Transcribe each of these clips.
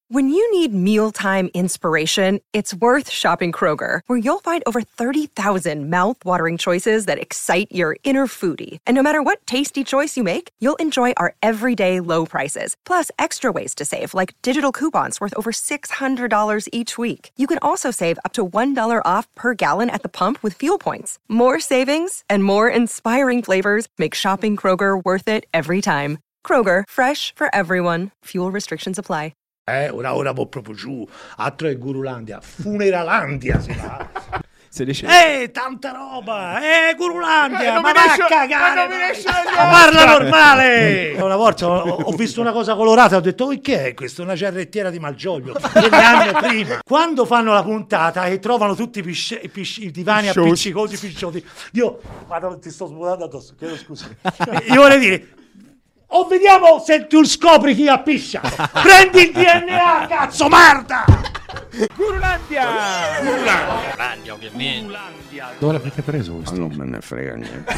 When you need mealtime inspiration, it's worth shopping Kroger, where you'll find over 30,000 mouth-watering choices that excite your inner foodie. And no matter what tasty choice you make, you'll enjoy our everyday low prices, plus extra ways to save, like digital coupons worth over $600 each week. You can also save up to $1 off per gallon at the pump with fuel points. More savings and more inspiring flavors make shopping Kroger worth it every time. Kroger, fresh for everyone. Fuel restrictions apply. Ora proprio giù, altro è Gurulandia, Funeralandia si fa. Se dice tanta roba, Gurulandia, non ma mi va riesce- a cagare, non mi riesce a parla normale. Una volta ho visto una cosa colorata, ho detto, che è questo? Una cerrettiera di Malgioglio, degli anni prima. Quando fanno la puntata e trovano tutti i divani appiccicosi, pisciosi, io, guarda, ti sto svuotando addosso, chiedo scusa. Io vorrei dire, vediamo se tu scopri chi ha pisciato. Prendi il DNA, cazzo, merda! Gurulandia, ovviamente. Gurulandia. Dove l'avete preso questo? Non me ne frega niente.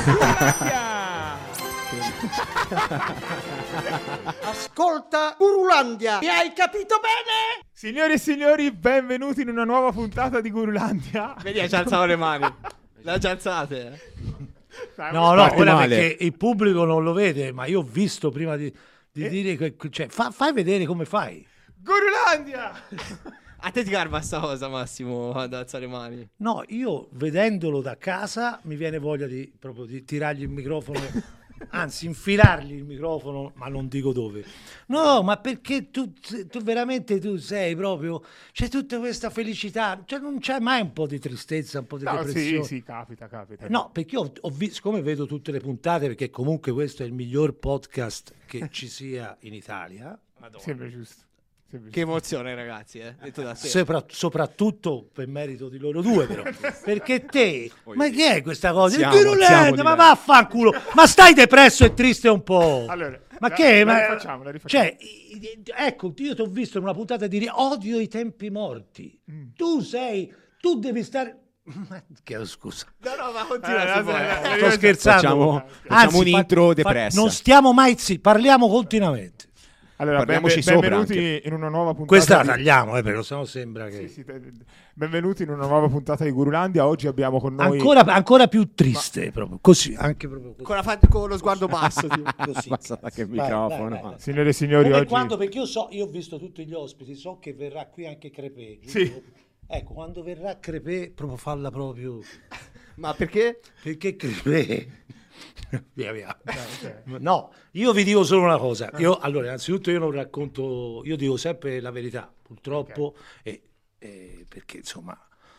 Ascolta, Gurulandia, mi hai capito bene? Signore e signori, benvenuti in una nuova puntata di Gurulandia. Vedi, ci alzavo le mani. Le già alzate. No, ora perché il pubblico non lo vede, ma io ho visto prima di dire che, cioè, fai vedere come fai. Gurulandia. A te ti garba sta cosa, Massimo, ad alzare le mani? No, io vedendolo da casa mi viene voglia proprio di tirargli il microfono, anzi infilargli il microfono, ma non dico dove. No, ma perché tu veramente tu sei proprio, c'è tutta questa felicità, cioè non c'è mai un po' di tristezza, un po' di depressione. Sì, capita. No, perché io ho visto, siccome vedo tutte le puntate, perché comunque questo è il miglior podcast che ci sia in Italia. Madonna. Sembra giusto. Che emozione, ragazzi, detto da te. Soprattutto per merito di loro due, però. Perché te, ma che è questa cosa? Alziamo, ma vaffanculo, ma stai depresso e triste un po'. Allora, ma che? La rifacciamo. Cioè, ecco, io ti ho visto in una puntata di odio i tempi morti. Tu devi stare. Chiedo scusa. No, ma continua. Sto scherzando. Facciamo un intro depressa. Non stiamo mai parliamo continuamente. Allora, benvenuti in una nuova puntata. Questa la tagliamo, perché sennò sembra che... Sì, benvenuti in una nuova puntata di Gurulandia. Oggi abbiamo con noi... Ancora più triste, proprio così, anche proprio così. Con lo sguardo basso. Così. Basta che il microfono. Vai. Signore e signori, oggi... Perché io ho visto tutti gli ospiti, so che verrà qui anche Crepè, giusto? Sì. Ecco, quando verrà Crepè, proprio falla proprio... Ma perché? Perché Crepè... via. No, io vi dico solo una cosa. Allora, innanzitutto io non racconto, io dico sempre la verità, purtroppo, perché insomma,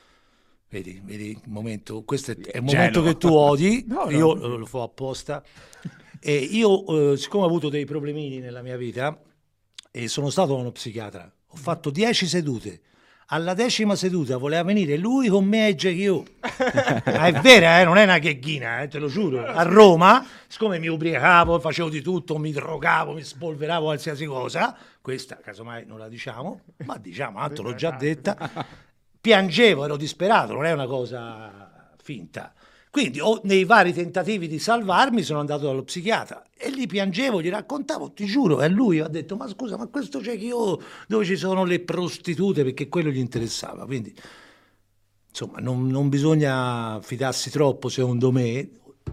vedi il momento, questo è il momento che tu odi, io lo fa apposta. E io, siccome ho avuto dei problemini nella mia vita, e sono stato uno psichiatra, ho fatto 10 sedute. Alla 10ª seduta voleva venire lui con me ai GQ. Ma è vera, non è una gheghina, te lo giuro. A Roma, siccome mi ubriacavo, facevo di tutto, mi drogavo, mi spolveravo qualsiasi cosa, questa casomai non la diciamo, ma diciamo, tanto l'ho già detta, piangevo, ero disperato, non è una cosa finta. Quindi nei vari tentativi di salvarmi sono andato dallo psichiatra e lì piangevo, gli raccontavo, ti giuro, e lui ha detto, ma scusa, ma questo c'è che io dove ci sono le prostitute, perché quello gli interessava. Quindi insomma non bisogna fidarsi troppo, secondo me,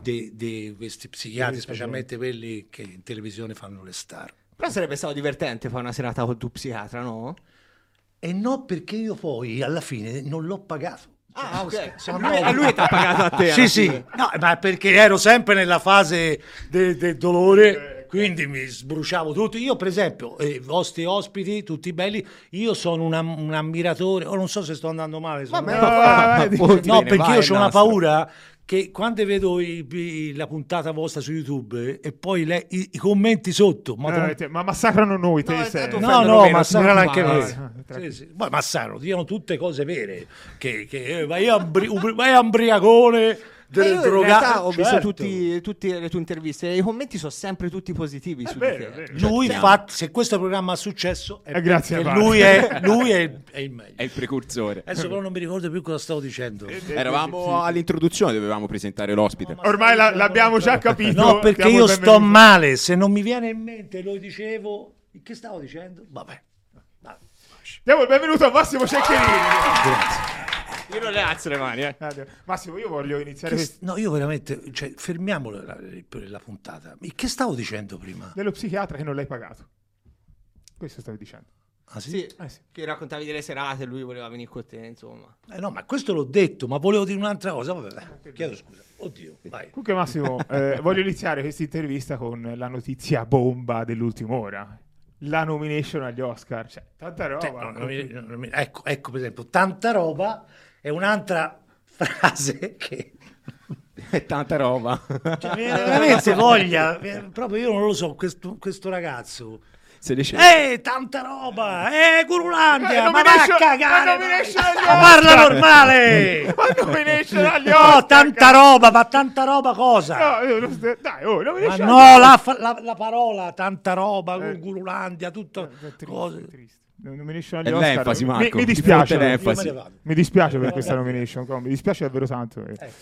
di questi psichiatri, specialmente quelli che in televisione fanno le star. Però sarebbe stato divertente fare una serata con tu psichiatra, no? E no, perché io poi alla fine non l'ho pagato. Ah, ok. Lui ti ha pagato a te. Sì. No, ma perché ero sempre nella fase del dolore, quindi mi sbruciavo tutto. Io, per esempio, i vostri ospiti, tutti belli, io sono un ammiratore, non so se sto andando male. No, perché io ho una paura che quando vedo la puntata vostra su YouTube e poi i commenti sotto, ma massacrano noi, no, massacrano anche noi. Sì. Poi massacrano, dicono tutte cose vere, che vai ambriacone. In realtà ho visto tutte le tue interviste e i commenti sono sempre tutti positivi su di te. Lui infatti, se questo programma ha successo è grazie a lui è il meglio, è il precursore. Adesso però non mi ricordo più cosa stavo dicendo. Eravamo all'introduzione, dovevamo presentare l'ospite. Ormai l'abbiamo già capito. No, perché io sto male, se non mi viene in mente lo dicevo. Che stavo dicendo? Vabbè. Diamo il benvenuto a Massimo Ceccherini. Io non le alzo le mani, Massimo, io voglio iniziare No, io veramente, cioè, fermiamo la puntata. Che stavo dicendo prima? dello psichiatra che non l'hai pagato. Questo stavi dicendo. Ah, sì? Sì, Sì. che raccontavi delle serate, lui voleva venire con te, insomma. No, ma questo l'ho detto, ma volevo dire un'altra cosa. Vabbè, chiedo scusa. Oddio, vai. Comunque Massimo, voglio iniziare questa intervista con la notizia bomba dell'ultima ora. La nomination agli Oscar. Cioè, tanta roba. Ecco, per esempio, tanta roba è un'altra frase che... È tanta roba. Cioè, mi viene veramente voglia. Proprio io non lo so, questo ragazzo... Se dice... tanta roba! Gurulandia! Ma va a nomination cagare! agli Ma Oscar! parla normale! Ma nomination agli No, Oscar! tanta roba, ma tanta roba cosa? No, dai, Ma nomination no, la parola, tanta roba, Gurulandia, tutto cose. triste. Nomination agli È Oscar. l'enfasi, Marco. Mi Di dispiace. fronte all'enfasi. Io me ne vado. Mi dispiace per questa nomination, mi dispiace davvero tanto.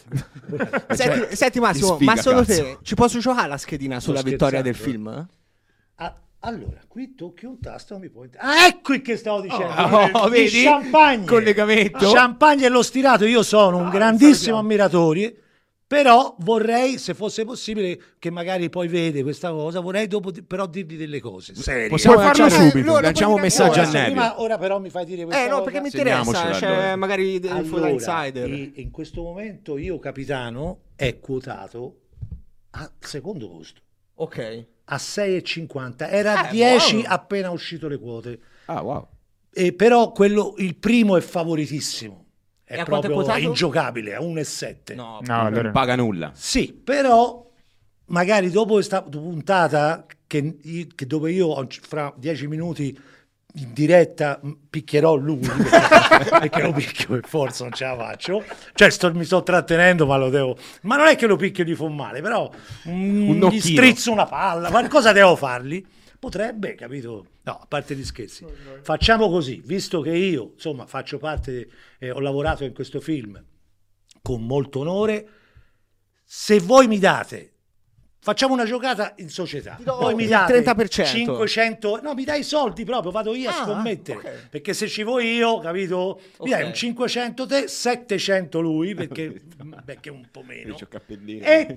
Senti Massimo, Di sfiga, ma secondo cazzo. te ci posso giocare la schedina sulla vittoria del film? Allora, qui tocchi un tasto, non mi puoi... ecco il che stavo dicendo. Il vedi? champagne. Collegamento. Champagne e lo stirato, io sono un grandissimo ammiratore, però vorrei, se fosse possibile, che magari poi vede questa cosa, vorrei dopo però dirgli delle cose serie. Possiamo Puoi farlo lanciare subito. Lanciamo un messaggio a Ora, Nevio. ora però mi fai dire questa No, cosa. perché mi Segniamocela, interessa, c'è allora. magari info da insider. In questo momento io capitano è quotato al secondo posto Ok. a 6,50, era a 10 buono. appena uscito le quote, Ah, wow. però il primo è favoritissimo, E è a quanto è proprio quotato? ingiocabile, a 1,7. No, No, allora Non paga nulla. Sì, però magari dopo questa puntata che dove io fra 10 minuti in diretta picchierò lui perché lo picchio per forza, non ce la faccio, cioè mi sto trattenendo, ma lo devo, ma non è che lo picchio di fa male, però gli nocchino. strizzo una palla, qualcosa devo fargli, potrebbe, capito? No, a parte gli scherzi, facciamo così, visto che io insomma faccio parte, ho lavorato in questo film con molto onore, se voi mi date, facciamo una giocata in società, poi mi il date 30%. 500, no, mi dai i soldi proprio, vado io a scommettere, ok. perché se ci vuoi io, capito, mi dai un 500 te, 700 lui, perché è un po' meno, C'ho cappellino. e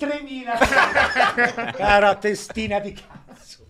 3000 cara testina di cazzo.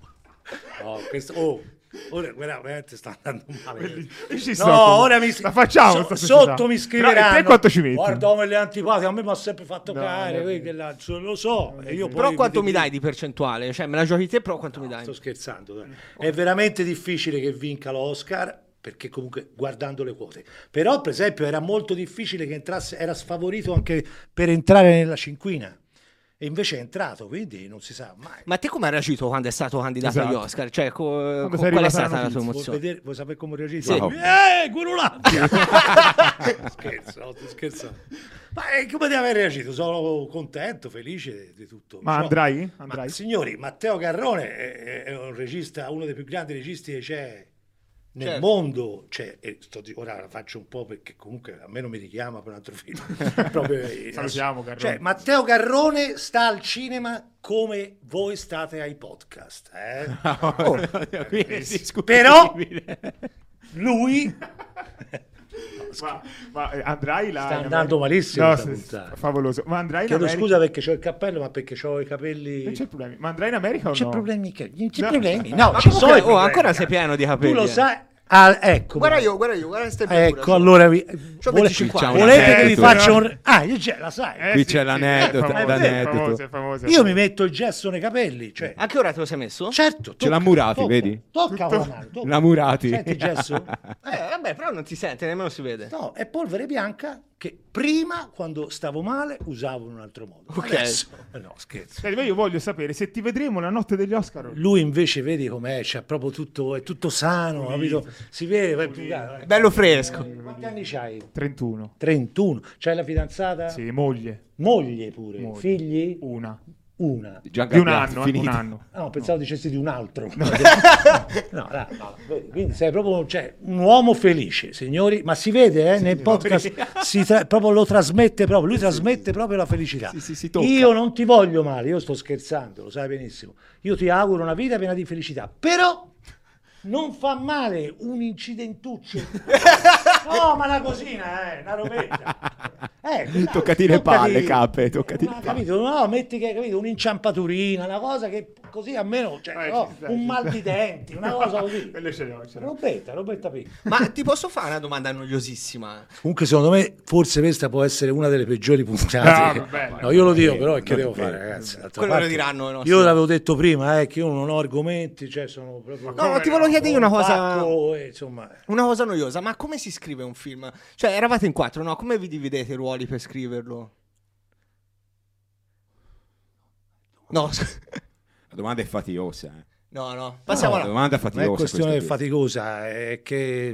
Ora veramente sta andando male. Ora la facciamo sta società. sotto mi scriveranno. Però, e te quanto ci metti? Guarda come le antipatiche, a me mi ha sempre fatto cagare, lo so. E io Però poi quanto mi dai di percentuale? Cioè, me la giochi te, però quanto mi dai? Sto scherzando. Dai. È veramente difficile che vinca l'Oscar, perché comunque guardando le quote. Però, per esempio, era molto difficile che entrasse, era sfavorito anche per entrare nella cinquina. E invece è entrato, quindi non si sa mai. Ma te come hai reagito quando è stato candidato agli Oscar? Cioè, sei qual è arrivata stata la la tua notizia? emozione? Vuoi sapere come ho reagito? Sì. Wow. Gurulandia! Scherzo, sto scherzando. Ma come di aver reagito? Sono contento, felice di tutto. Ma No. andrai? Ma, signori, Matteo Garrone è un regista, uno dei più grandi registi che c'è nel Certo. mondo, ora la faccio un po' perché comunque a me non mi richiama per un altro film. Proprio, Salutiamo Garrone. Cioè, Matteo Garrone sta al cinema come voi state ai podcast. Però lui ma andrai là? sta in andando America? malissimo. No, questa sì, puntata. favoloso. Ma andrai in Chiedo America? scusa perché ho il cappello, ma perché ho i capelli. Non c'è problemi. Ma andrai in America o C'è no? problemi? Non c'è No. problemi. No, Ma ci comunque, sono i problemi. ancora sei pieno di capelli. Tu lo sai. Ecco. Guarda io, guarda ste pecore. Ecco, allora C'ho 25 anni. volete che vi Aneddoto. faccia un... io già la sai. Qui c'è l'aneddoto, è famoso, l'aneddoto. è famoso. Io mi metto il gesso nei capelli, cioè. A che ora te lo sei messo? Certo, Ce l'ha Murati, vedi? Tocca la mano, tocca. La Murati. Senti il gesso? Vabbè, però non ti sente, nemmeno si vede. No, è polvere bianca che prima, quando stavo male, usavo in un altro modo. Ok. Adesso, no, scherzo. Senti, ma io voglio sapere se ti vedremo la notte degli Oscar. Lui invece, vedi com'è, c'è proprio tutto, è tutto sano, capito? Si vede, vai. Bello fresco. Quanti anni c'hai? 31. 31. C'hai la fidanzata? Sì, moglie. Moglie pure. Moglie. Figli? Una. Una. Già Di un cambiato, anno, finito. un anno. No, pensavo dicessi di un altro. No, vedi, quindi sei proprio un uomo felice, signori, ma si vede nel podcast, proprio lo trasmette proprio, lui trasmette proprio la felicità. si tocca. Io non ti voglio male, io sto scherzando, lo sai benissimo. Io ti auguro una vita piena di felicità, però non fa male un incidentuccio. No, ma una cosina, una robetta. Toccati le palle, Cape, toccati le palle. Capito? No, metti che, capito, un'inciampaturina, una cosa che così almeno, cioè, no, un mal di denti, una cosa così. Quello ce l'ho. Robetta piccola. Ma ti posso fare una domanda noiosissima? Comunque secondo me forse questa può essere una delle peggiori puntate. vabbè, No, io lo dico però è che devo fare, ragazzi. D'altra Quello lo parte, diranno i nostri- io l'avevo detto prima, che io non ho argomenti, cioè sono proprio... No, ma ti volevo chiedere una cosa... pacco, insomma... Una cosa noiosa, ma come si scrive un film? Cioè, eravate in 4, no? Come vi dividete i ruoli per scriverlo? No, La domanda è faticosa. no. Passiamo La là. domanda è Non faticosa. è questione questa qui. faticosa, è che...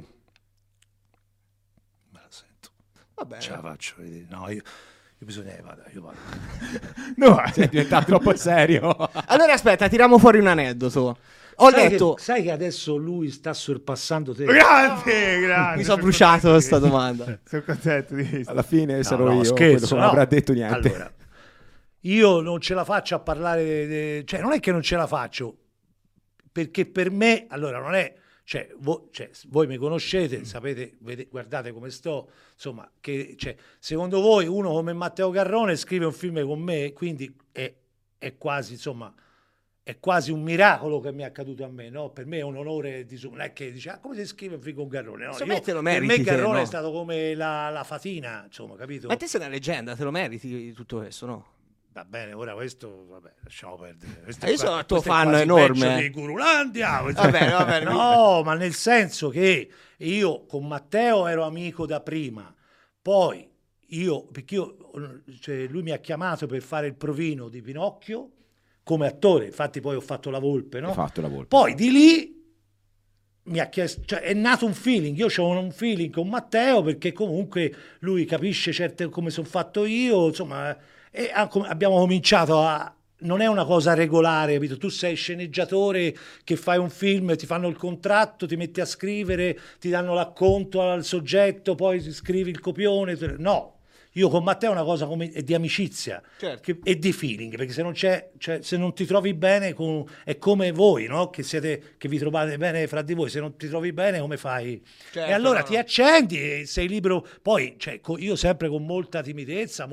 Me la sento, Vabbè. ce la faccio vedere. No, io bisogna che vada, io vado. No, Sei diventato troppo serio. Allora aspetta, tiriamo fuori un aneddoto. Ho letto... Sai che adesso lui sta sorpassando te? grande. Mi sono bruciato questa domanda. Sono contento di questo. Alla fine sarò io, scherzo, quello che non no. avrà detto niente. Allora, io non ce la faccio a parlare, cioè non è che non ce la faccio, perché per me, allora non è, cioè, voi mi conoscete, sapete, guardate come sto, insomma, che cioè, secondo voi uno come Matteo Garrone scrive un film con me, quindi è quasi, insomma, è quasi un miracolo che mi è accaduto a me, no? Per me è un onore, non è che dice, come si scrive un film con Garrone? No, Insomma, te lo per meriti me te, Garrone no? è stato come la fatina, insomma, capito? Ma te sei una leggenda, te lo meriti tutto questo, no? Va bene, ora questo, vabbè, lasciamo perdere. Io sono il tuo questo è fan quasi enorme. peggio di Gurulandia. Va bene. No, ma nel senso che io con Matteo ero amico da prima, poi cioè, lui mi ha chiamato per fare il provino di Pinocchio come attore, infatti poi ho fatto La Volpe, no? Hai fatto La Volpe. Poi di lì mi ha chiesto, cioè, è nato un feeling, io ho un feeling con Matteo perché comunque lui capisce certe come sono fatto io, insomma, e abbiamo cominciato a... Non è una cosa regolare, capito? Tu sei sceneggiatore che fai un film, ti fanno il contratto, ti metti a scrivere, ti danno l'acconto al soggetto, poi scrivi il copione. No, io con Matteo è una cosa è di amicizia, Certo. e di feeling, perché se non c'è, cioè, se non ti trovi bene, è come voi, no? Che vi trovate bene fra di voi, se non ti trovi bene come fai? Certo, E allora no. ti accendi e sei libero. Poi, cioè, io sempre con molta timidezza,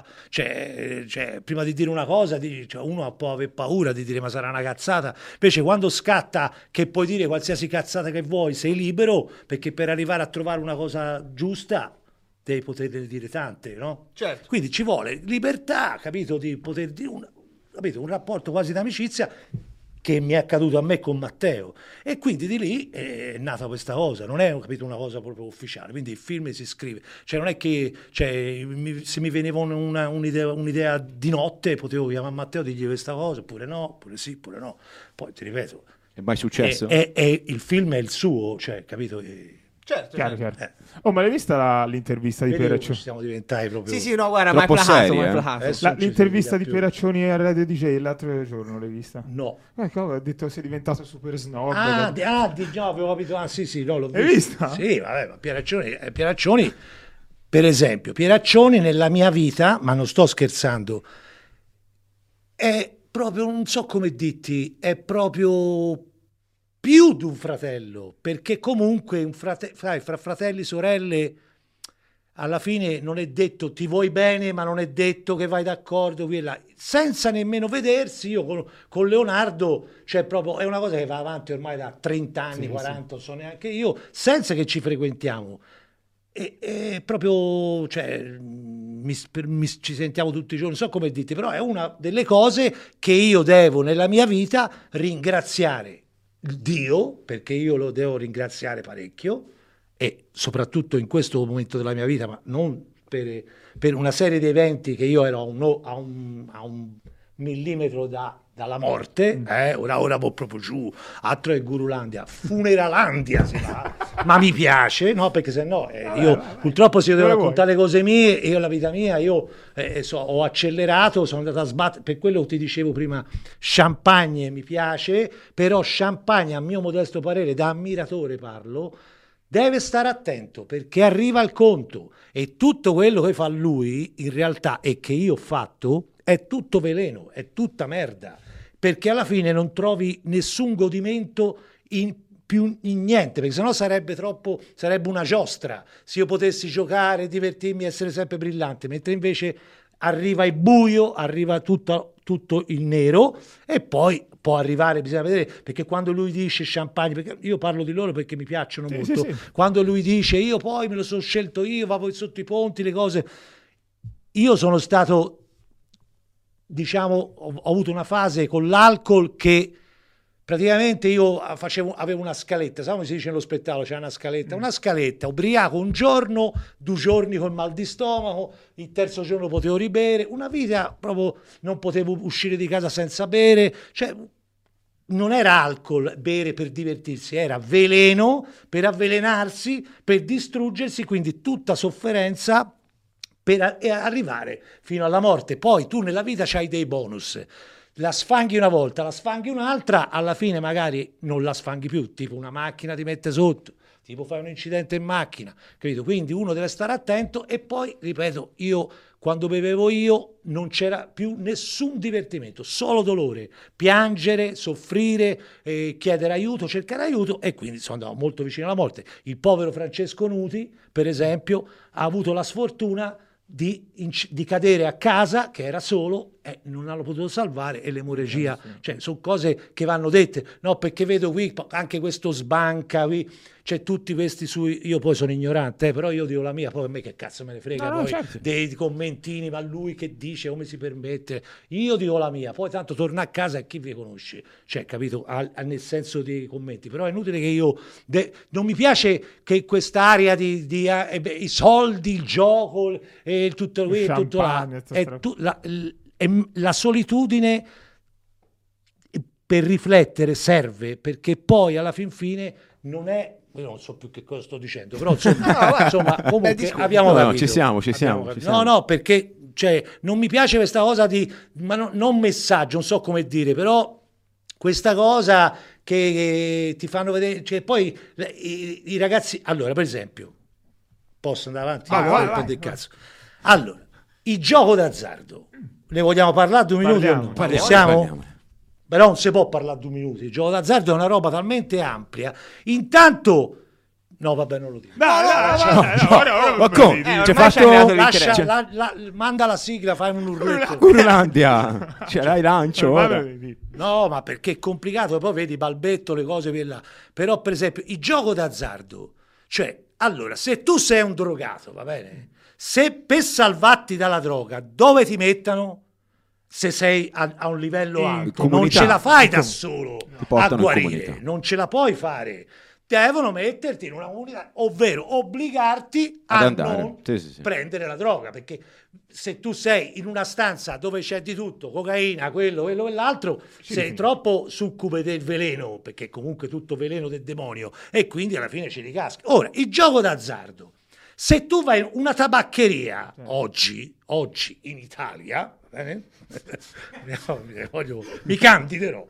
cioè, prima di dire una cosa, cioè, uno può aver paura di dire ma sarà una cazzata, invece quando scatta che puoi dire qualsiasi cazzata che vuoi, sei libero, perché per arrivare a trovare una cosa giusta devi poterne dire tante, no? Certo. Quindi ci vuole libertà, capito, di poter dire un rapporto quasi d'amicizia che mi è accaduto a me con Matteo, e quindi di lì è nata questa cosa, non è, capito, una cosa proprio ufficiale, quindi il film si scrive, cioè non è che, cioè, se mi veniva un'idea di notte potevo chiamare Matteo e dirgli questa cosa, oppure no, oppure sì, oppure no, poi ti ripeto, È mai successo? il film è il suo, cioè, capito? Certo. Chiaro. Oh, ma l'hai vista l'intervista di Vedi come Pieraccioni? siamo diventati proprio... Sì, no, guarda, mai Troppo placato, seria, mai eh? placato. Adesso non ci L'intervista si di vede più. Pieraccioni a Radio DJ l'altro giorno l'hai vista? No. Ha detto sei diventato super snob. No, avevo capito. Sì, no, l'ho Hai visto. visto? Sì, vabbè, ma Pieraccioni, per esempio, Pieraccioni nella mia vita, ma non sto scherzando, è proprio, non so come dirti, è proprio più di un fratello, perché comunque fra fratelli, sorelle, alla fine non è detto ti vuoi bene, ma non è detto che vai d'accordo qui e là. Senza nemmeno vedersi, io con Leonardo, cioè proprio è una cosa che va avanti ormai da 30 anni, 40, non so neanche io, senza che ci frequentiamo. E proprio, cioè, ci sentiamo tutti i giorni, non so come dirti, però è una delle cose che io devo nella mia vita ringraziare Dio, perché io lo devo ringraziare parecchio, e soprattutto in questo momento della mia vita, ma non per una serie di eventi che io ero a un millimetro dalla morte, ora proprio giù, altro è Gurulandia, Funeralandia si fa, ma mi piace, no? Perché se no purtroppo se io devo raccontare le cose mie, io la vita mia, ho accelerato, sono andato a sbattere, per quello che ti dicevo prima, Champagne mi piace, però Champagne, a mio modesto parere, da ammiratore parlo, deve stare attento perché arriva il conto, e tutto quello che fa lui in realtà e che io ho fatto è tutto veleno, è tutta merda, perché alla fine non trovi nessun godimento più in niente, perché sennò sarebbe una giostra se io potessi giocare, divertirmi, essere sempre brillante, mentre invece arriva il buio, arriva tutto il nero, e poi può arrivare, bisogna vedere, perché quando lui dice champagne, perché io parlo di loro perché mi piacciono molto, quando lui dice io poi me lo sono scelto io, vado sotto i ponti, le cose, io sono stato, diciamo, ho avuto una fase con l'alcol che praticamente io avevo una scaletta, sai come si dice nello spettacolo, c'è una scaletta, ubriaco un giorno, 2 giorni col mal di stomaco, il terzo giorno potevo ribere, una vita proprio, non potevo uscire di casa senza bere, cioè non era alcol bere per divertirsi, era veleno per avvelenarsi, per distruggersi, quindi tutta sofferenza per arrivare fino alla morte. Poi tu nella vita c'hai dei bonus, la sfanghi una volta, la sfanghi un'altra, alla fine magari non la sfanghi più, tipo una macchina ti mette sotto, tipo fai un incidente in macchina, capito? Quindi uno deve stare attento. E poi, ripeto, io quando bevevo io non c'era più nessun divertimento, solo dolore, piangere, soffrire, chiedere aiuto, cercare aiuto, e quindi sono andato molto vicino alla morte. Il povero Francesco Nuti, per esempio, ha avuto la sfortuna di cadere a casa, che era solo, e non l'hanno potuto salvare, e l'emorragia, cioè sono cose che vanno dette, no? Perché vedo qui anche questo sbanca qui, c'è tutti questi io poi sono ignorante, però io dico la mia, poi a me che cazzo me ne frega, poi certo, dei commentini, ma lui che dice, come si permette, io dico la mia, poi tanto torna a casa e chi vi conosce, cioè, capito, nel senso dei commenti. Però è inutile che io non mi piace che quest'area i soldi, il gioco, tutto qui, tutto la solitudine per riflettere serve, perché poi alla fin fine non è, io non so più che cosa sto dicendo, però insomma comunque abbiamo capito. Ci siamo. No, perché cioè, non mi piace questa cosa non messaggio, non so come dire, però questa cosa che ti fanno vedere, cioè poi i ragazzi, allora per esempio, posso andare avanti? Vai. Cazzo. Allora, il gioco d'azzardo, ne vogliamo parlare 2 minuti? Parliamo. Però non si può parlare 2 minuti. Il gioco d'azzardo è una roba talmente ampia. Intanto, no, vabbè, non lo dico. Ma come? Manda la sigla, fai un urletto. Gurulandia, ce l'hai lancio ora. No, ma perché è complicato. Poi vedi balbetto, le cose per là. Però, per esempio, il gioco d'azzardo, cioè, allora, se tu sei un drogato, va bene? Se per salvarti dalla droga, dove ti mettano? Se sei a un livello alto, non ce la fai da solo a guarire, non ce la puoi fare. Devono metterti in una comunità, ovvero obbligarti a non prendere la droga, perché se tu sei in una stanza dove c'è di tutto, cocaina, quello e l'altro, sei troppo succube del veleno, perché comunque tutto veleno del demonio, e quindi alla fine ci ricaschi. Ora, il gioco d'azzardo, se tu vai in una tabaccheria oggi in Italia, bene? Mi candiderò.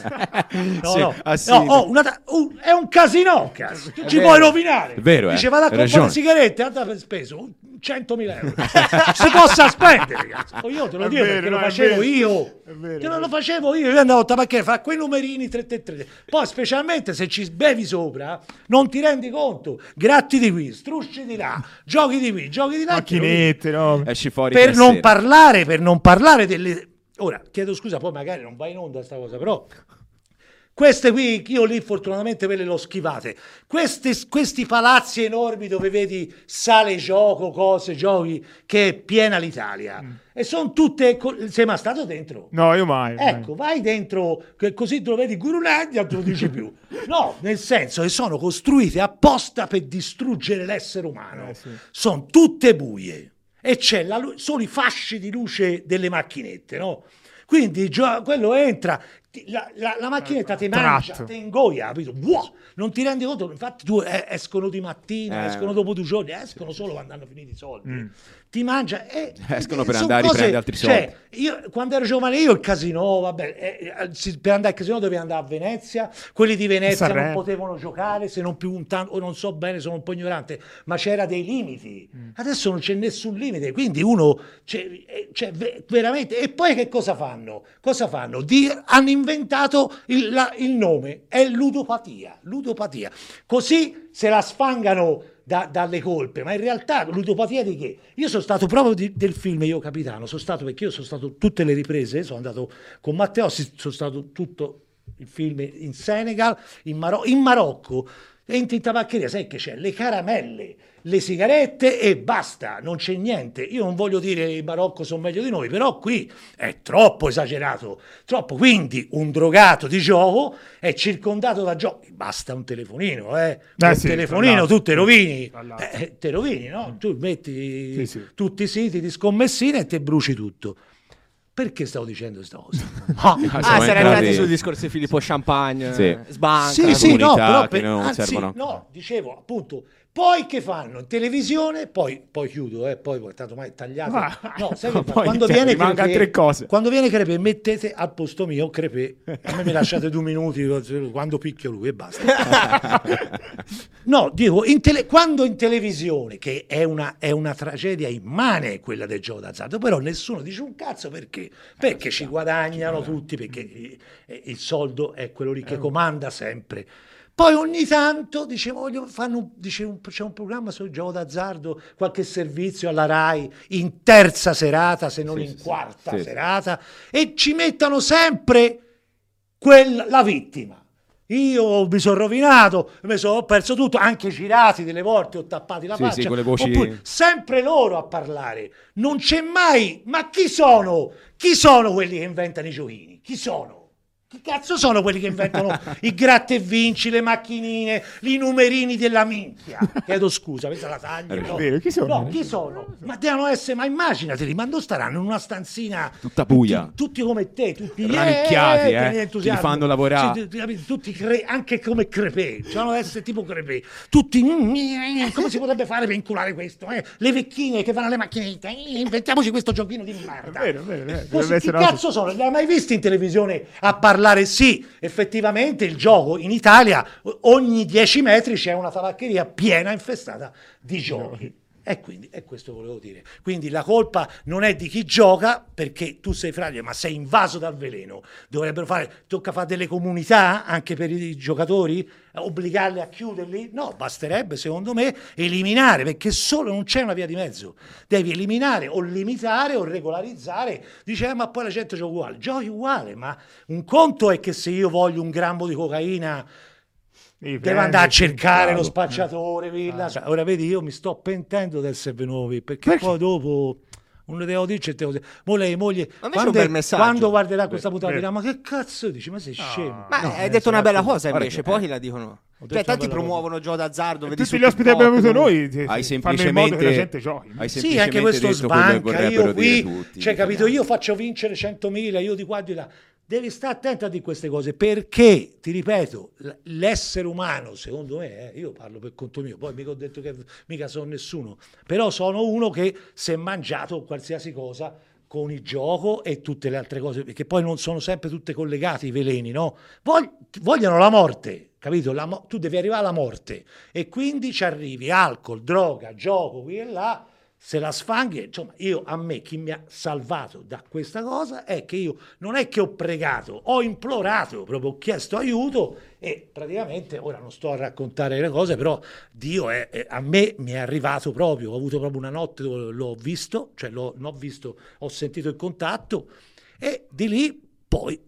È un casino, cazzo. Ci puoi rovinare. È vero, dice vado a comprare le sigarette, andate speso 100.000 euro. Si possa spendere, cazzo. Io te lo dico perché lo facevo io. Lo facevo io andavo a tabacchiere, fa quei numerini 3. Poi specialmente se ci bevi sopra non ti rendi conto, gratti di qui, strusci di là, giochi di qui, giochi di là, macchinette, no? Esci fuori per non parlare delle... Ora chiedo scusa, poi magari non va in onda sta cosa, però queste qui io lì fortunatamente ve le l'ho schivate, questi palazzi enormi dove vedi sale gioco, cose, giochi, che è piena l'Italia, e sono tutte, sei mai stato dentro? No, io mai. Ecco, vai dentro, che così te lo vedi Gurulandia, non te lo dici più. No, nel senso che sono costruite apposta per distruggere l'essere umano, sono tutte buie e c'è solo i fasci di luce delle macchinette, no? Quindi quello entra, la macchinetta ti mangia, ti ingoia, capito? Wow! Non ti rendi conto, infatti tu escono di mattina, escono dopo 2 giorni, escono solo quando hanno finito i soldi. Ti mangia e escono per andare a riprendere altri soldi. Cioè, io quando ero giovane il casino, vabbè, per andare al casino dovevi andare a Venezia, quelli di Venezia non potevano giocare, se non più o non so bene, sono un po' ignorante, ma c'era dei limiti. Adesso non c'è nessun limite, quindi uno veramente. E poi che cosa fanno? Hanno inventato il nome, è ludopatia. ludopatia. Così se la sfangano dalle colpe, ma in realtà ludopatia di che? Io sono stato proprio del film Io Capitano, perché io sono stato tutte le riprese, sono andato con Matteossi, sono stato tutto il film in Senegal, in Marocco, entri in tabaccheria, sai che c'è? Le caramelle, le sigarette e basta, non c'è niente. Io non voglio dire che in Marocco sono meglio di noi, però qui è troppo esagerato, troppo. Quindi un drogato di gioco è circondato da gioco, basta un telefonino, un telefonino tu te rovini, te rovini, no? Tu metti tutti i siti di scommessine e te bruci tutto. Perché stavo dicendo questa cosa? Sarei andati sul discorso di Filippo Champagne, Sbanca. Sì, no, però no, dicevo appunto, poi che fanno in televisione, poi chiudo, poi tanto mai tagliato. No, sai che quando viene Crepè, quando viene Crepè, mettete al posto mio Crepè, a me mi lasciate 2 minuti quando picchio lui e basta. No, dico, quando in televisione, che è una tragedia immane quella del gioco d'azzardo, però nessuno dice un cazzo perché ci guadagnano tutti, perché il soldo è quello lì che comanda sempre. Poi ogni tanto c'è un programma sul gioco d'azzardo, qualche servizio alla Rai in terza serata, se non in quarta serata, e ci mettono sempre la vittima. Io mi sono rovinato, ho perso tutto, anche girati delle volte, ho tappati la faccia. Con le voci... Oppure, sempre loro a parlare. Non c'è mai... Ma chi sono? Chi sono quelli che inventano i giochini? Chi sono? Che cazzo sono quelli che inventano i gratta e vinci, le macchinine, i numerini della minchia? Chiedo scusa, questa la taglio. No. Vero, chi sono? No, chi sono? Ma devono essere, ma immateli, ma non staranno in una stanzina tutta buia, tutti come te, tutti rannicchiati, che li fanno lavorare, tutti anche come Crepè, devono essere tipo Crepè, tutti come si potrebbe fare per inculare questo? Le vecchine che vanno alle macchinette, inventiamoci questo giochino di merda. Vero. Che cazzo sono? Li hai mai visti in televisione a parlare? Sì, effettivamente il gioco in Italia ogni 10 metri c'è una tabaccheria piena infestata di giochi. E quindi questo volevo dire. Quindi la colpa non è di chi gioca, perché tu sei fragile, ma sei invaso dal veleno. Tocca fare delle comunità anche per i giocatori, obbligarli a chiuderli? No, basterebbe secondo me eliminare, perché solo non c'è una via di mezzo. Devi eliminare o limitare o regolarizzare. Dice, ma poi la gente giochi uguale, ma un conto è che se io voglio un grammo di cocaina devo andare a cercare lo spacciatore, ora vedi, io mi sto pentendo del Servenuovi, perché poi dopo non le devo dire, moglie quando guarderà questa puntata dirà, ma che cazzo dici, ma sei scemo? Ma hai detto una bella cosa invece, poi la dicono, cioè tanti promuovono gioco d'azzardo, tutti gli ospiti che abbiamo avuto noi hai fanno in modo che la gente giochi. Sì, anche questo Sbanca, io qui, cioè capito, io faccio vincere 100.000, io di qua di là. Devi stare attento a di queste cose, perché, ti ripeto, l'essere umano, secondo me, io parlo per conto mio, poi mica ho detto che mica sono nessuno, però sono uno che si è mangiato qualsiasi cosa con il gioco e tutte le altre cose, perché poi non sono sempre tutte collegate i veleni, no? Vogliono la morte, capito? Tu devi arrivare alla morte e quindi ci arrivi, alcol, droga, gioco, qui e là. Se la sfanghi, insomma, chi mi ha salvato da questa cosa è che io non è che ho pregato, ho implorato, proprio ho chiesto aiuto e praticamente, ora non sto a raccontare le cose, però Dio a me mi è arrivato proprio, ho avuto proprio una notte dove l'ho visto, cioè ho sentito il contatto e di lì poi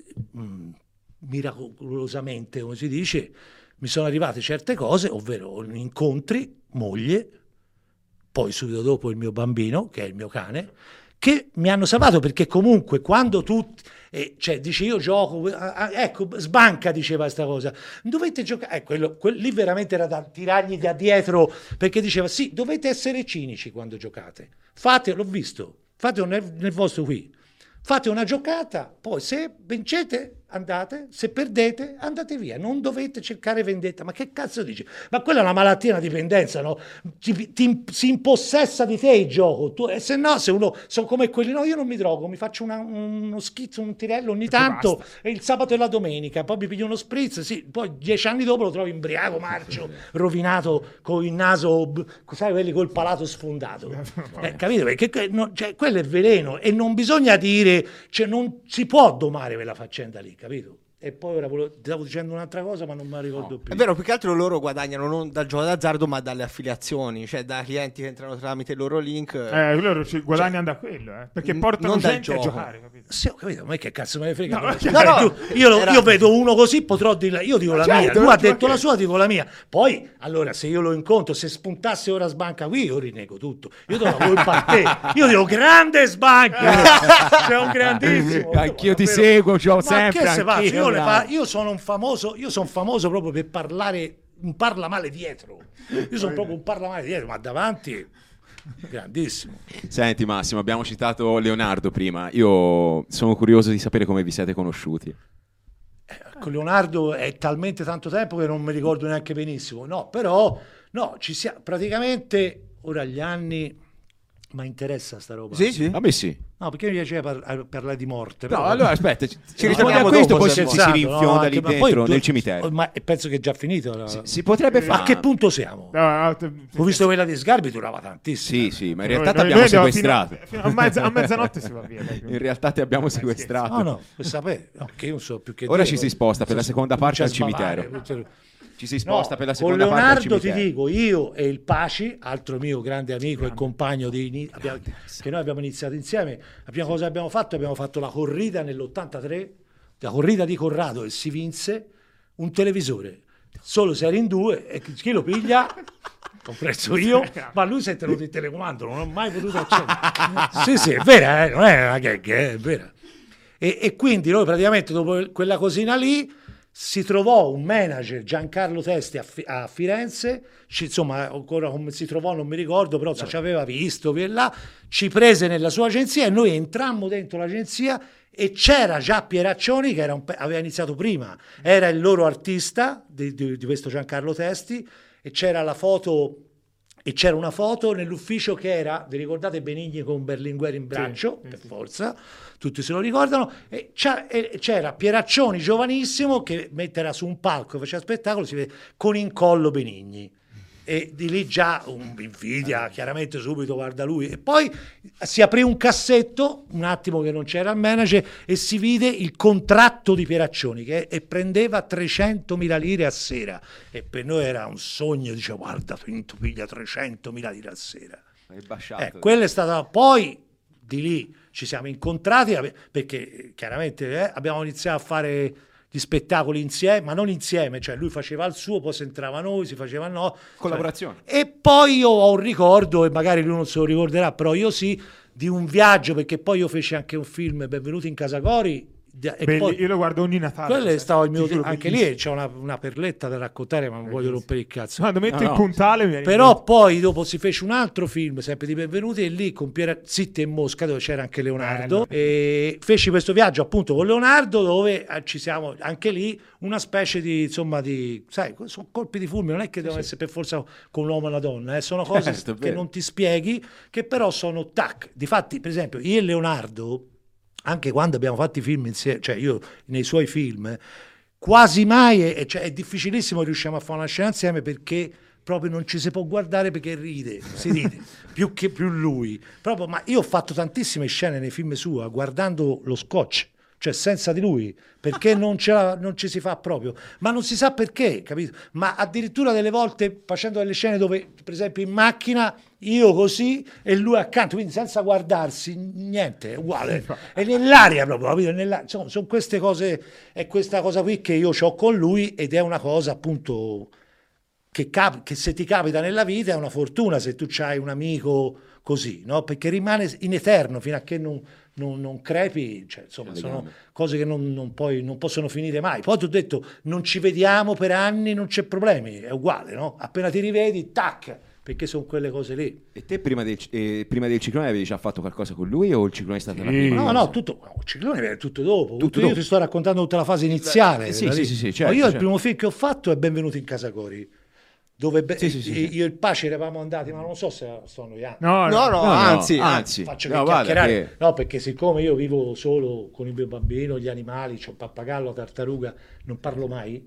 miracolosamente, come si dice, mi sono arrivate certe cose, ovvero incontri, moglie, poi subito dopo il mio bambino, che è il mio cane, che mi hanno salvato, perché comunque quando tu dici io gioco, ecco, Sbanca diceva questa cosa, dovete giocare, lì veramente era da tirargli da dietro, perché diceva sì, dovete essere cinici quando giocate, l'ho visto, fatelo nel vostro qui, fate una giocata, poi se vincete andate, se perdete andate via, non dovete cercare vendetta. Ma che cazzo dici? Ma quella è una malattia, una dipendenza, no? Si impossessa di te il gioco, se no, se uno sono come quelli, no, io non mi drogo, mi faccio uno schizzo, un tirello ogni tanto, e il sabato e la domenica, poi mi piglio uno spritz, sì, poi 10 anni dopo lo trovo imbriaco, marcio, rovinato, con il naso, sai, quelli col palato sfondato, capito? Perché quello è veleno e non bisogna dire, cioè non si può domare quella faccenda lì, capito? e poi ora stavo dicendo un'altra cosa ma non me la ricordo più. È vero, più che altro loro guadagnano non dal gioco d'azzardo ma dalle affiliazioni, cioè da clienti che entrano tramite il loro link. Loro ci guadagnano da quello, perché portano gente a giocare, capito? Sì, ho capito, ma che cazzo me ne frega? No, io vedo uno così, potrò dirla, io dico la mia, tu ha detto la sua, dico la mia. Poi, allora, se io lo incontro, se spuntasse ora Sbanca qui, io rinego tutto. Io do la colpa a te. Io dico grande Sbanca, c'è un grandissimo. Anch'io ti seguo, c'ho sempre. Io sono famoso proprio per parlare un parla male dietro. Io sono proprio un parla male dietro, ma davanti grandissimo. Senti Massimo, abbiamo citato Leonardo prima. Io sono curioso di sapere come vi siete conosciuti. Con Leonardo è talmente tanto tempo che non mi ricordo neanche benissimo. No, però ci siamo praticamente ora gli anni. Ma interessa sta roba? Sì. A me sì. No, perché mi piaceva parlare di morte. No, però... allora aspetta, ci ritorniamo a questo, dopo, poi se si vuoi. rinfionda lì dentro nel cimitero. Ma penso che è già finito. Si potrebbe fare. A che punto siamo? Ho visto quella di Sgarbi, durava tantissimo. Sì, ma in realtà ti abbiamo sequestrato. Fino a mezzanotte si va via. In realtà ti abbiamo sequestrato. No, per sapere. Che io non so più che ora dire, ci si sposta per la seconda parte al cimitero. Ci si sposta per la seconda parte al cimitero. Con Leonardo ti dico, io e il Paci, altro mio grande amico e compagno che noi abbiamo iniziato insieme, la prima cosa che abbiamo fatto la corrida nell'83, la corrida di Corrado, e si vinse un televisore. Solo se eri in due, e chi lo piglia? Compreso io, ma lui si è tenuto il telecomando, non ho mai potuto accendere. Sì, è vera, non è una gag, è vera. E quindi noi praticamente dopo quella cosina lì si trovò un manager, Giancarlo Testi, a Firenze, insomma ancora come si trovò non mi ricordo, però ci aveva visto, là, ci prese nella sua agenzia e noi entrammo dentro l'agenzia e c'era già Pieraccioni che aveva iniziato prima, era il loro artista di questo Giancarlo Testi, e c'era la foto. E c'era una foto nell'ufficio che era, vi ricordate Benigni con Berlinguer in braccio? Sì, per forza, tutti se lo ricordano, e c'era Pieraccioni giovanissimo che metterà su un palco, faceva spettacolo, si vede con in collo Benigni. E di lì già un'invidia, chiaramente subito guarda lui. E poi si aprì un cassetto, un attimo che non c'era il manager, e si vide il contratto di Pieraccioni e prendeva 300.000 lire a sera. E per noi era un sogno, dice guarda, tu piglia 300.000 lire a sera. Quella è stata, poi di lì ci siamo incontrati perché chiaramente abbiamo iniziato a fare gli spettacoli insieme, ma non insieme, cioè lui faceva il suo, poi se entrava noi, si faceva no. Collaborazione. E poi io ho un ricordo, e magari lui non se lo ricorderà, però io sì, di un viaggio, perché poi io feci anche un film, Benvenuti in Casa Cori. Poi, io lo guardo ogni Natale. Quello è stato il mio, anche lì c'è una perletta da raccontare, ma non voglio rompere il cazzo. Quando metto il puntale però poi dopo si fece un altro film sempre di Benvenuti, e lì con Zitti e Mosca, dove c'era anche Leonardo, e feci questo viaggio appunto con Leonardo, dove ci siamo anche lì una specie di, insomma, di, sai, sono colpi di fulmine, non è che devono essere per forza con un uomo e una donna, sono cose che non ti spieghi, che però sono tac. Difatti, per esempio, io e Leonardo, anche quando abbiamo fatto i film insieme, cioè io nei suoi film, quasi mai, cioè è difficilissimo riusciamo a fare una scena insieme, perché proprio non ci si può guardare, perché si ride più lui proprio. Ma io ho fatto tantissime scene nei film sua guardando lo scotch, cioè senza di lui, perché non ci si fa proprio, ma non si sa perché, capito? Ma addirittura delle volte facendo delle scene dove, per esempio, in macchina io così e lui accanto, quindi senza guardarsi, niente, è uguale, è nell'aria proprio, capito? Sono queste cose, è questa cosa qui che io ho con lui, ed è una cosa appunto che se ti capita nella vita è una fortuna, se tu c'hai un amico così, no? Perché rimane in eterno fino a che non crepi, cioè, insomma, sono cose che non possono finire mai. Poi ti ho detto, non ci vediamo per anni, non c'è problemi, è uguale, no? Appena ti rivedi, tac, perché sono quelle cose lì. E te prima del Ciclone avevi già fatto qualcosa con lui, o il Ciclone è stato la prima? No, il Ciclone è tutto dopo. Io ti sto raccontando tutta la fase iniziale. Sì, certo, ma io il primo film che ho fatto è Benvenuti in Casa Cori, dove io e il Pace eravamo andati, ma non so se sto annoiando. No, anzi faccio chiacchierare. No, perché siccome io vivo solo con il mio bambino, gli animali, c'ho un pappagallo, la tartaruga, non parlo mai,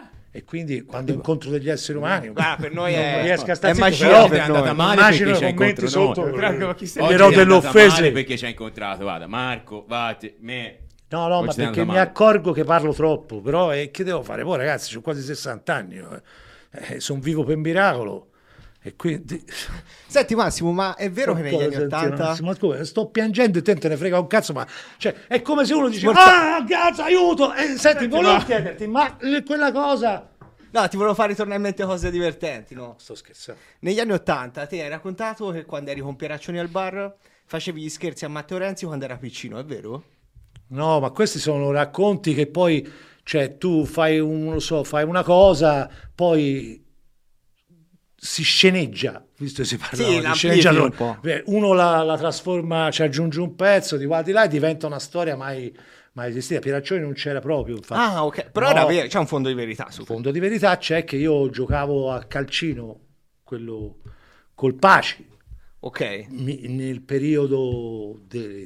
e quindi quando incontro degli esseri umani per noi non riesco a stare zitto, però è andata male immagino perché i commenti sotto, oggi però delle offese perché ci hai incontrato, guarda, Marco, me. No, ma perché mi accorgo che parlo troppo, però che devo fare? Poi ragazzi, ho quasi 60 anni, sono vivo per miracolo. E quindi... Senti Massimo, ma è vero che negli anni 80... Ma scusa, sto piangendo e te ne frega un cazzo, ma cioè, è come se uno dice cazzo, aiuto! Senti, volevo chiederti, ma quella cosa... No, ti volevo fare ritornare in mente cose divertenti, no? Sto scherzando. Negli anni 80 ti hai raccontato che quando eri con Pieraccioni al bar facevi gli scherzi a Matteo Renzi quando era piccino, è vero? No, ma questi sono racconti che poi, cioè, tu fai una cosa, poi si sceneggia, visto che si parla di sceneggiatore, uno la trasforma, ci aggiunge un pezzo di qua di là e diventa una storia mai esistita. Pieraccioni non c'era proprio, infatti. Ok, però era vero, c'è un fondo di verità su. Il fondo di verità c'è che io giocavo a calcino, quello col Paci, nel periodo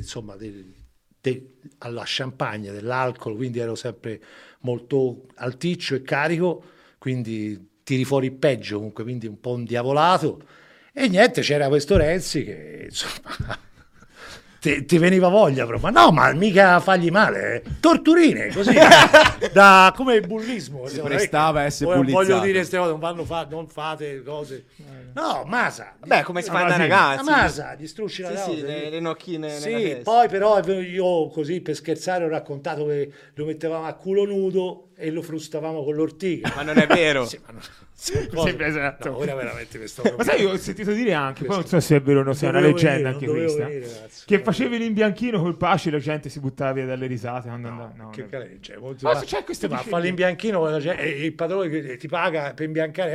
alla Champagne, dell'alcol, quindi ero sempre molto alticcio e carico, quindi tiri fuori il peggio comunque, quindi un po' indiavolato, e niente, c'era questo Renzi che insomma ti veniva voglia proprio, ma mica fargli male, torturine così come il bullismo, si prestava a essere bullizzato. Voglio dire queste cose, non fate cose, no, Masa, beh, come si fa da ragazzi, Masa, gli strusci la sì, le nocchine sì, poi però io così per scherzare ho raccontato che lo mettevamo a culo nudo e lo frustavamo con l'ortica, ma non è vero. Sì, ma non... Sembra esatto. No, ora veramente questo ma sai, io ho sentito dire anche, poi non so se è vero o no, se è una leggenda anche questa, che facevi l'imbianchino col Paci e la gente si buttava via dalle risate quando andava. Che caleggia, c'è questo, ma fa l'imbianchino e il padrone che ti paga per imbiancare.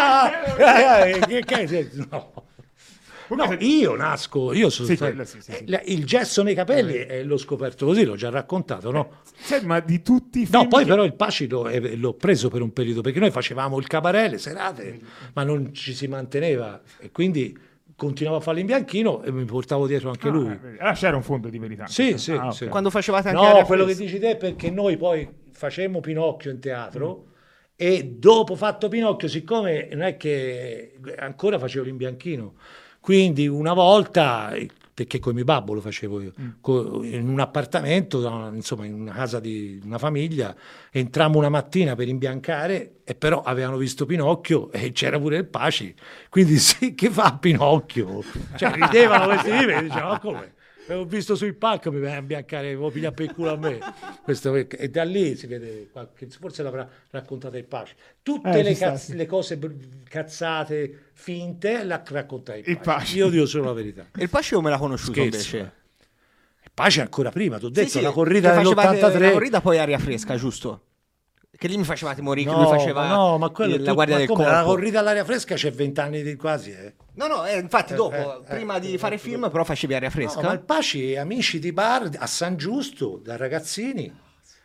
No, io nasco, io sono il gesso nei capelli l'ho scoperto così, l'ho già raccontato, no? Ma di tutti i film... No, poi però il Paci l'ho preso per un periodo, perché noi facevamo il cabaret, le serate, ma non ci si manteneva, e quindi continuavo a fare l'imbianchino e mi portavo dietro anche lui. C'era un fondo di verità. Sì. Quando facevate anche No, quello che dici te è perché noi poi facemmo Pinocchio in teatro, e dopo fatto Pinocchio, siccome non è che ancora facevo l'imbianchino, quindi una volta, perché con mio babbo lo facevo io, in un appartamento, insomma in una casa di una famiglia, entrammo una mattina per imbiancare, e però avevano visto Pinocchio e c'era pure il Paci, quindi sì, che fa Pinocchio? Cioè ridevano questi tipi e dicevano, come? L'ho visto sul palco, mi viene a imbiancare, lo piglia per il culo a me. E da lì si vede, forse l'avrà raccontata il Paci. Tutte le cose cazzate, finte, l'ha raccontata il Paci. Io dico solo la verità. E il Paci come l'ha conosciuto invece? Il Paci ancora prima, ti ho detto, la corrida dell'83. La corrida poi aria fresca, giusto? Che lì mi facevate morire, che lui faceva ma quello la guardia del corpo. La corrida all'aria fresca c'è 20 anni quasi. No, infatti dopo, prima di fare film, però facevi aria fresca. No, ma il Paci, amici di bar a San Giusto, da ragazzini.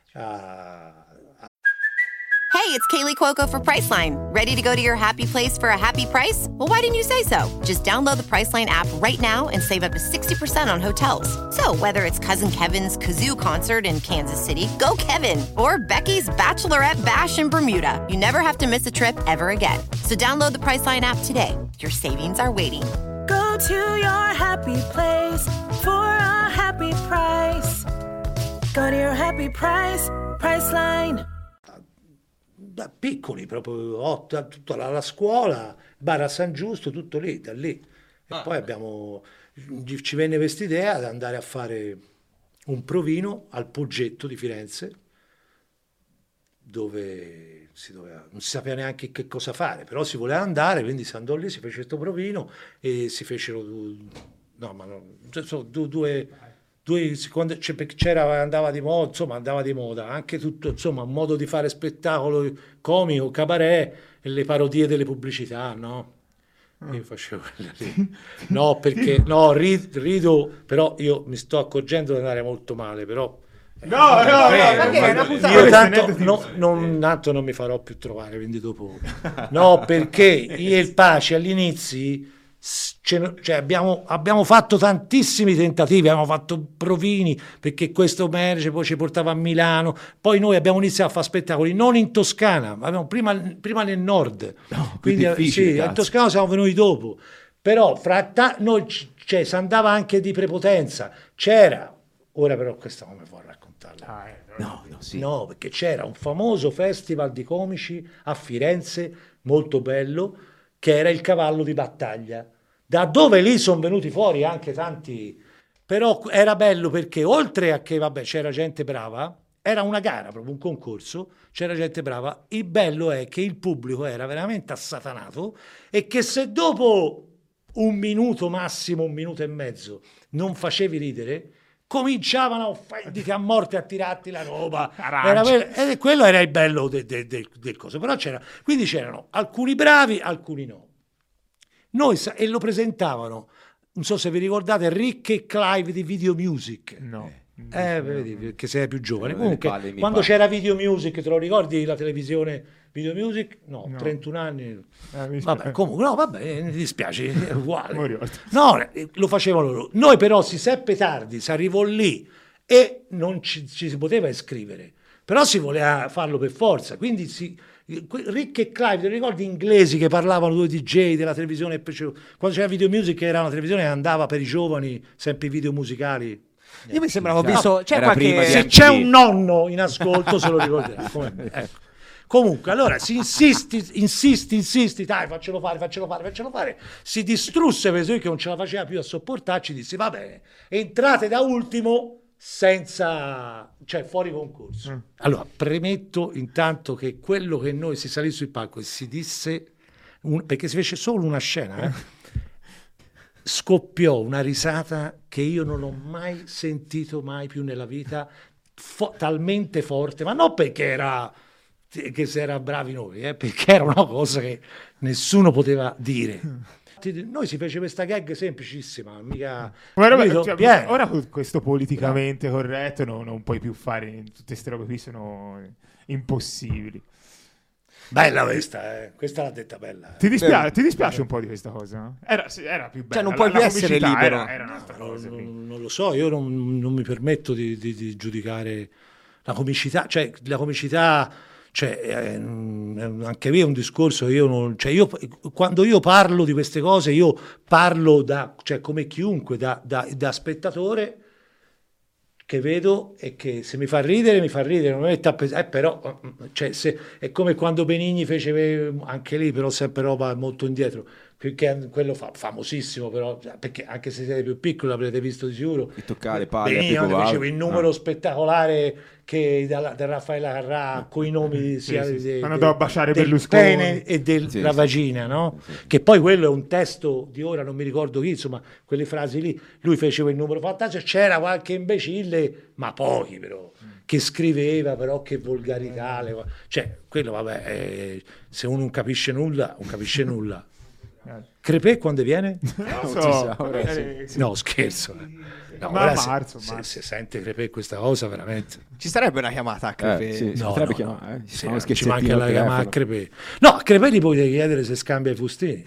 Hey, it's Kaylee Cuoco for Priceline. Ready to go to your happy place for a happy price? Well, why didn't you say so? Just download the Priceline app right now and save up to 60% on hotels. So whether it's Cousin Kevin's Kazoo Concert in Kansas City, go Kevin, or Becky's Bachelorette Bash in Bermuda, you never have to miss a trip ever again. So download the Priceline app today. Your savings are waiting. Go to your happy place for a happy price. Go to your happy price, Priceline. Da piccoli, proprio tutta la scuola, bar a San Giusto, tutto lì, da lì. E poi ci venne questa idea di andare a fare un provino al Poggetto di Firenze, dove non si sapeva neanche che cosa fare, però si voleva andare, quindi si andò lì, si fece questo provino e si fecero due quando andava di moda, anche tutto, insomma, un modo di fare spettacolo comico, cabaret, e le parodie delle pubblicità, no? Io facevo quelle lì. No, perché rido, però io mi sto accorgendo di andare molto male, però io tanto non mi farò più trovare, quindi dopo no, perché io e il Paci all'inizio abbiamo fatto tantissimi tentativi, abbiamo fatto provini, perché questo manager poi ci portava a Milano, poi noi abbiamo iniziato a fare spettacoli non in Toscana, ma prima nel nord, quindi in Toscana siamo venuti dopo, però noi si andava anche di prepotenza, c'era, ora però questo come può raccontarlo, No, sì. No, perché c'era un famoso festival di comici a Firenze, molto bello, che era il Cavallo di Battaglia, da dove lì sono venuti fuori anche tanti, però era bello perché oltre a che, vabbè, c'era gente brava, era una gara, proprio un concorso, c'era gente brava, il bello è che il pubblico era veramente assatanato e che se dopo un minuto, massimo 1 minuto e mezzo, non facevi ridere, cominciavano a offenderti a morte, a tirarti la roba. E quello era il bello del coso. Però quindi c'erano alcuni bravi, alcuni no. E lo presentavano, non so se vi ricordate, Rick e Clive di Video Music. No. Vedi, perché sei più giovane. Comunque, palle, quando c'era Video Music, te lo ricordi la televisione Video Music? No. 31 anni. Vabbè, comunque, no, vabbè, mi dispiace, è uguale. No, lo facevano loro. Noi però si seppe tardi, si arrivò lì e non ci si poteva iscrivere. Però si voleva farlo per forza, quindi Rick e Clive, ti ricordi inglesi che parlavano, 2 DJ della televisione, quando c'era Video Music era una televisione che andava per i giovani, sempre i video musicali. Io mi sembrava, ho visto, c'è Era prima qualche... di Se c'è un nonno in ascolto se lo ricorderà. Ecco. Comunque, allora si insisti, dai, faccelo fare. Si distrusse perché non ce la faceva più a sopportarci, disse va bene, entrate da ultimo cioè fuori concorso. Allora, premetto intanto che quello che noi si salì sul palco e si disse, perché si fece solo una scena, scoppiò una risata che io non ho mai sentito mai più nella vita, talmente forte, ma non perché che si era bravi noi, perché era una cosa che nessuno poteva dire. Noi si fece questa gag semplicissima, mica... Ora con questo politicamente corretto non puoi più fare, tutte queste robe qui sono impossibili. Bella questa, questa l'ha detta bella. Ti dispiace un po' di questa cosa? Era più bella. Cioè non puoi più essere libero. Era un'altra cosa. Non lo so, io non mi permetto di giudicare la comicità, cioè la comicità... Cioè, anche lì è un discorso che quando io parlo di queste cose, io parlo come chiunque, da spettatore che vedo e che se mi fa ridere, non mi mette però, cioè, è come quando Benigni fece, anche lì però sempre roba molto indietro, perché quello famosissimo però, perché anche se siete più piccoli l'avrete visto di sicuro, E toccare le palle Benigni a Pippo faceva Baudo. il numero spettacolare che da Raffaella Carrà con i nomi sia andò a baciare del Berlusconi pene e della vagina, no? Che poi quello è un testo di ora, non mi ricordo chi, insomma, quelle frasi lì, lui faceva il numero fantastico, c'era qualche imbecille, ma pochi però, che scriveva però che volgarità, cioè quello vabbè, se uno non capisce nulla, non capisce nulla. Crepè quando viene? No, scherzo. No, ma ora marzo. Se sente Crepè questa cosa veramente Ci sarebbe una chiamata a Crepè. Sì, si potrebbe chiamare. ci manca la chiamata a Crepè. No, a Crepè gli puoi chiedere se scambia i fustini.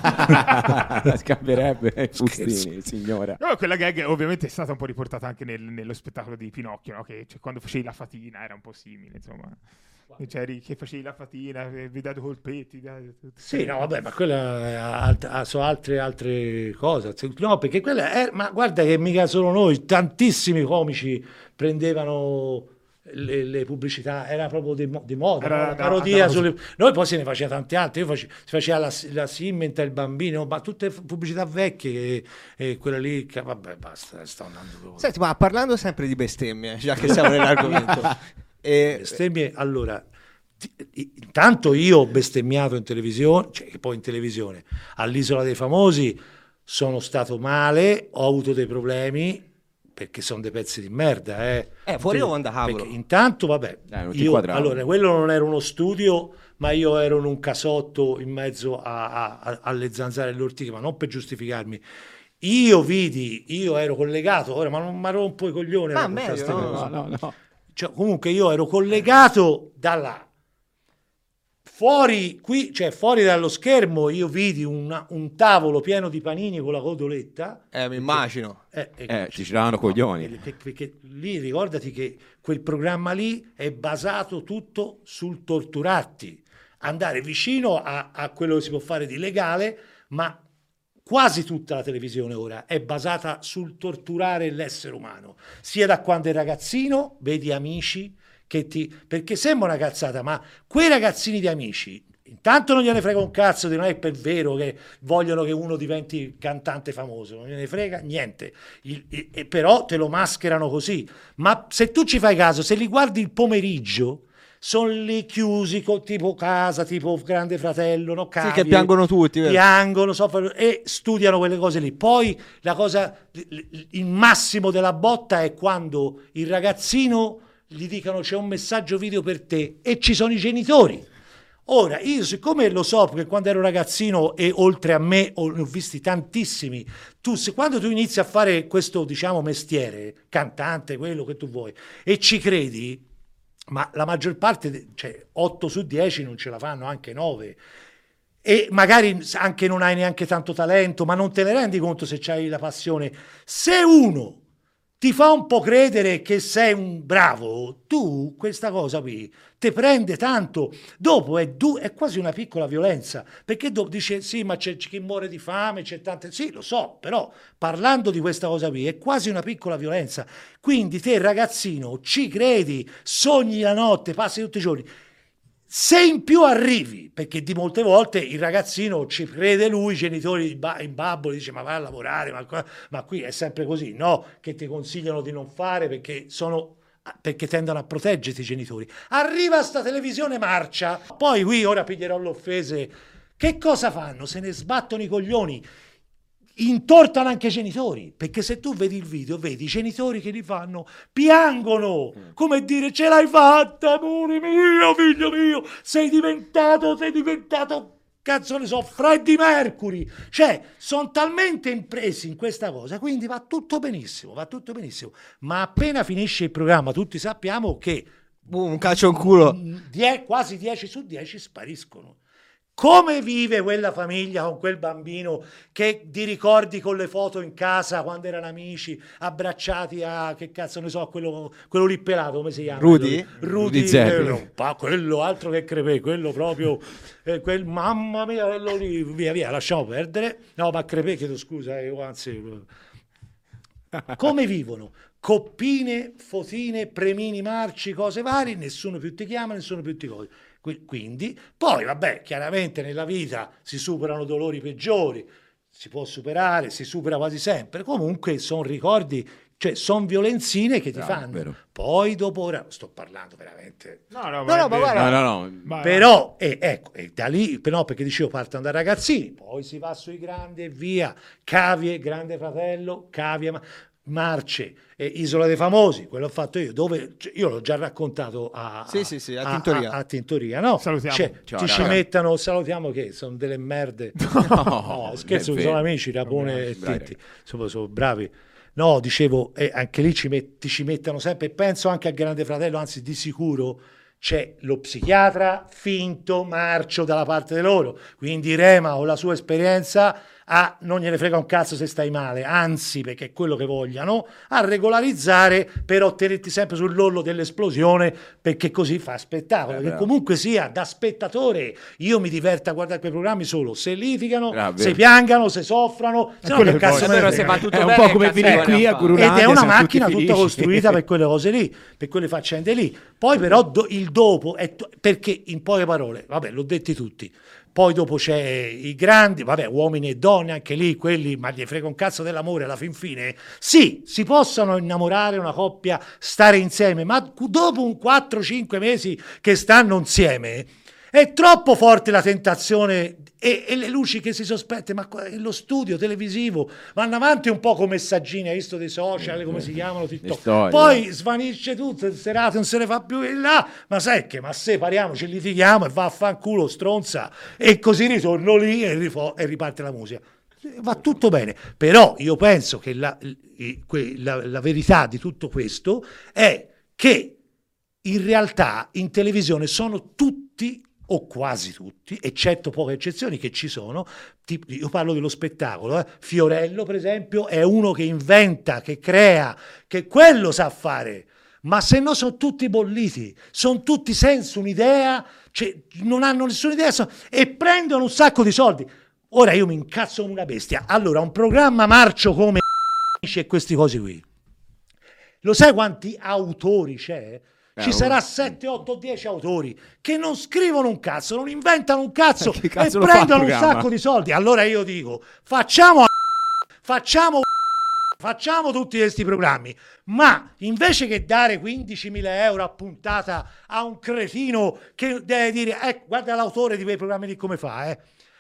Scambierebbe i fustini, signora. No, quella gag ovviamente è stata un po' riportata anche nello spettacolo di Pinocchio, no? Che quando facevi la fatina era un po' simile, insomma. C'eri che facevi la fatina, vi date colpetti. Sì, no, vabbè, ma quella sono altre cose. No, perché quella ma guarda che mica solo noi, tantissimi comici prendevano le pubblicità, era proprio di moda, Era una parodia sulle... Noi poi se ne faceva tante altre, si faceva la Siemens, il bambino, ma tutte pubblicità vecchie e quella lì, vabbè, basta, sto andando proprio. Senti, ma parlando sempre di bestemmie, già che siamo nell'argomento. Bestemmie, allora, intanto io ho bestemmiato in televisione, cioè poi in televisione, all'Isola dei Famosi sono stato male, ho avuto dei problemi, perché sono dei pezzi di merda. Fuori onda, cavolo. Perché intanto, vabbè, allora, quello non era uno studio, ma io ero in un casotto in mezzo alle zanzare e alle ortiche, ma non per giustificarmi. Io ero collegato, ora, ma non mi rompo i coglioni. Meglio, No. Cioè, comunque io ero collegato da là. Fuori dallo schermo io vidi un tavolo pieno di panini con la codoletta. Mi immagino. Ci giravano coglioni. Perché lì ricordati che quel programma lì è basato tutto sul torturarti, andare vicino a quello che si può fare di legale, ma quasi tutta la televisione ora è basata sul torturare l'essere umano, sia da quando è ragazzino, vedi Amici, perché sembra una cazzata, ma quei ragazzini di Amici, intanto non gliene frega un cazzo di non è per vero che vogliono che uno diventi cantante famoso, non gliene frega niente, però te lo mascherano così. Ma se tu ci fai caso, se li guardi il pomeriggio, sono lì chiusi, tipo casa, tipo Grande Fratello, no? Cavie, sì, che piangono tutti, vero? Piangono, e studiano quelle cose lì. Poi il massimo della botta è quando il ragazzino gli dicono c'è un messaggio video per te e ci sono i genitori. Ora, io siccome lo so, perché quando ero ragazzino e oltre a me ne ho visti tantissimi, quando tu inizi a fare questo, diciamo, mestiere, cantante, quello che tu vuoi, e ci credi, ma la maggior parte, cioè 8 su 10 non ce la fanno, anche 9, e magari anche non hai neanche tanto talento, ma non te ne rendi conto se c'hai la passione. Se uno ti fa un po' credere che sei un bravo, tu questa cosa qui te prende tanto, dopo è quasi una piccola violenza, perché dopo dice sì, ma c'è chi muore di fame, c'è tante, sì, lo so, però parlando di questa cosa qui è quasi una piccola violenza. Quindi te ragazzino ci credi, sogni la notte, passi tutti i giorni, se in più arrivi, perché di molte volte il ragazzino ci crede lui, i genitori in babbo dice ma vai a lavorare, ma qui è sempre così, no, che ti consigliano di non fare perché tendono a proteggerti i genitori. Arriva sta televisione marcia, poi qui ora piglierò l'offese, che cosa fanno? Se ne sbattono i coglioni, intortano anche i genitori, perché se tu vedi il video vedi i genitori che li fanno, piangono, come dire ce l'hai fatta, amore mio, figlio mio, sei diventato cazzo ne so, Freddie Mercury, cioè sono talmente impresi in questa cosa, quindi va tutto benissimo, ma appena finisce il programma tutti sappiamo che un calcio in culo, quasi 10 su 10 spariscono. Come vive quella famiglia con quel bambino che ti ricordi con le foto in casa quando erano amici, abbracciati a, che cazzo ne so, quello lì pelato, come si chiama? Rudy Zeppelin. Quello altro che crepè, quello proprio, mamma mia, quello lì, via, lasciamo perdere. No, ma crepè, chiedo scusa, anzi... Come vivono? Coppine, fotine, premini, marci, cose varie, nessuno più ti chiama, nessuno più ti coglio. Quindi, poi vabbè, chiaramente nella vita si superano dolori peggiori, si può superare, si supera quasi sempre, comunque sono ricordi, cioè sono violenzine che ti fanno. Vero. Poi dopo, ora sto parlando veramente... No, ma guarda... Però, ecco, da lì, no, perché dicevo partono da ragazzini, poi si va sui grandi e via, Cavie, Grande Fratello, Cavie... Marce, Isola dei Famosi, quello ho fatto io, dove io l'ho già raccontato a Tintoria, no? Salutiamo. Ci mettono, salutiamo, che sono delle merde. No, scherzo, sono amici, Rapone e Titti, sono bravi. No, dicevo, anche lì ci mettono sempre, penso anche al Grande Fratello, anzi di sicuro c'è lo psichiatra finto marcio dalla parte di loro, quindi Rema o la sua esperienza non gliene frega un cazzo se stai male, anzi, perché è quello che vogliano, a regolarizzare per ottenerti sempre sull'orlo dell'esplosione, perché così fa spettacolo, perché comunque sia, da spettatore io mi diverto a guardare quei programmi solo se litigano, se piangano, se soffrano, se no che cazzo me ne frega. È un po' come venire qui a Gurulandia, ed è una macchina tutta costruita per quelle cose lì, per quelle faccende lì. Poi però il dopo è perché, in poche parole, vabbè, l'ho detti tutti. Poi dopo c'è i grandi, vabbè, uomini e donne, anche lì, quelli, ma gli frega un cazzo dell'amore alla fin fine. Sì, si possono innamorare una coppia, stare insieme, ma dopo un 4-5 mesi che stanno insieme, è troppo forte la tentazione e le luci che si sospetta, ma lo studio televisivo vanno avanti un po' con messaggini, hai visto dei social, come si chiamano, TikTok. Poi svanisce tutto, il serate non se ne fa più in là, ma sai che, ma separiamoci, litighiamo e va a fanculo, stronza, e così ritorno lì e riparte la musica. Va tutto bene, però io penso che la verità di tutto questo è che in realtà in televisione sono tutti o quasi tutti, eccetto poche eccezioni che ci sono, io parlo dello spettacolo, Fiorello per esempio è uno che inventa, che crea, che quello sa fare, ma se no sono tutti bolliti, sono tutti senza un'idea, cioè non hanno nessuna idea e prendono un sacco di soldi. Ora io mi incazzo come una bestia. Allora, un programma marcio come e questi cosi qui. Lo sai quanti autori c'è? Ci sarà 7, 8, 10 autori che non scrivono un cazzo, non inventano un cazzo e prendono un sacco di soldi. Allora io dico, facciamo tutti questi programmi, ma invece che dare 15.000 euro a puntata a un cretino che deve dire, guarda l'autore di quei programmi lì come fa,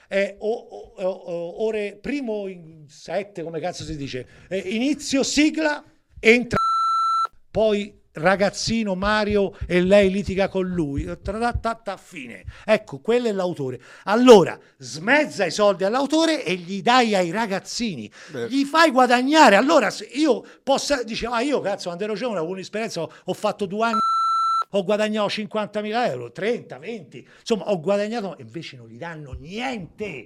ore primo in 7, come cazzo si dice, inizio, sigla, entra, poi ragazzino Mario e lei litiga con lui, fine. Ecco, quello è l'autore. Allora smezza i soldi all'autore e gli dai ai ragazzini, gli fai guadagnare. Allora se io posso dice, io cazzo quando ero giovane avevo un'esperienza, ho fatto 2 anni, ho guadagnato 50.000 euro, 30, 20, insomma ho guadagnato, invece non gli danno niente,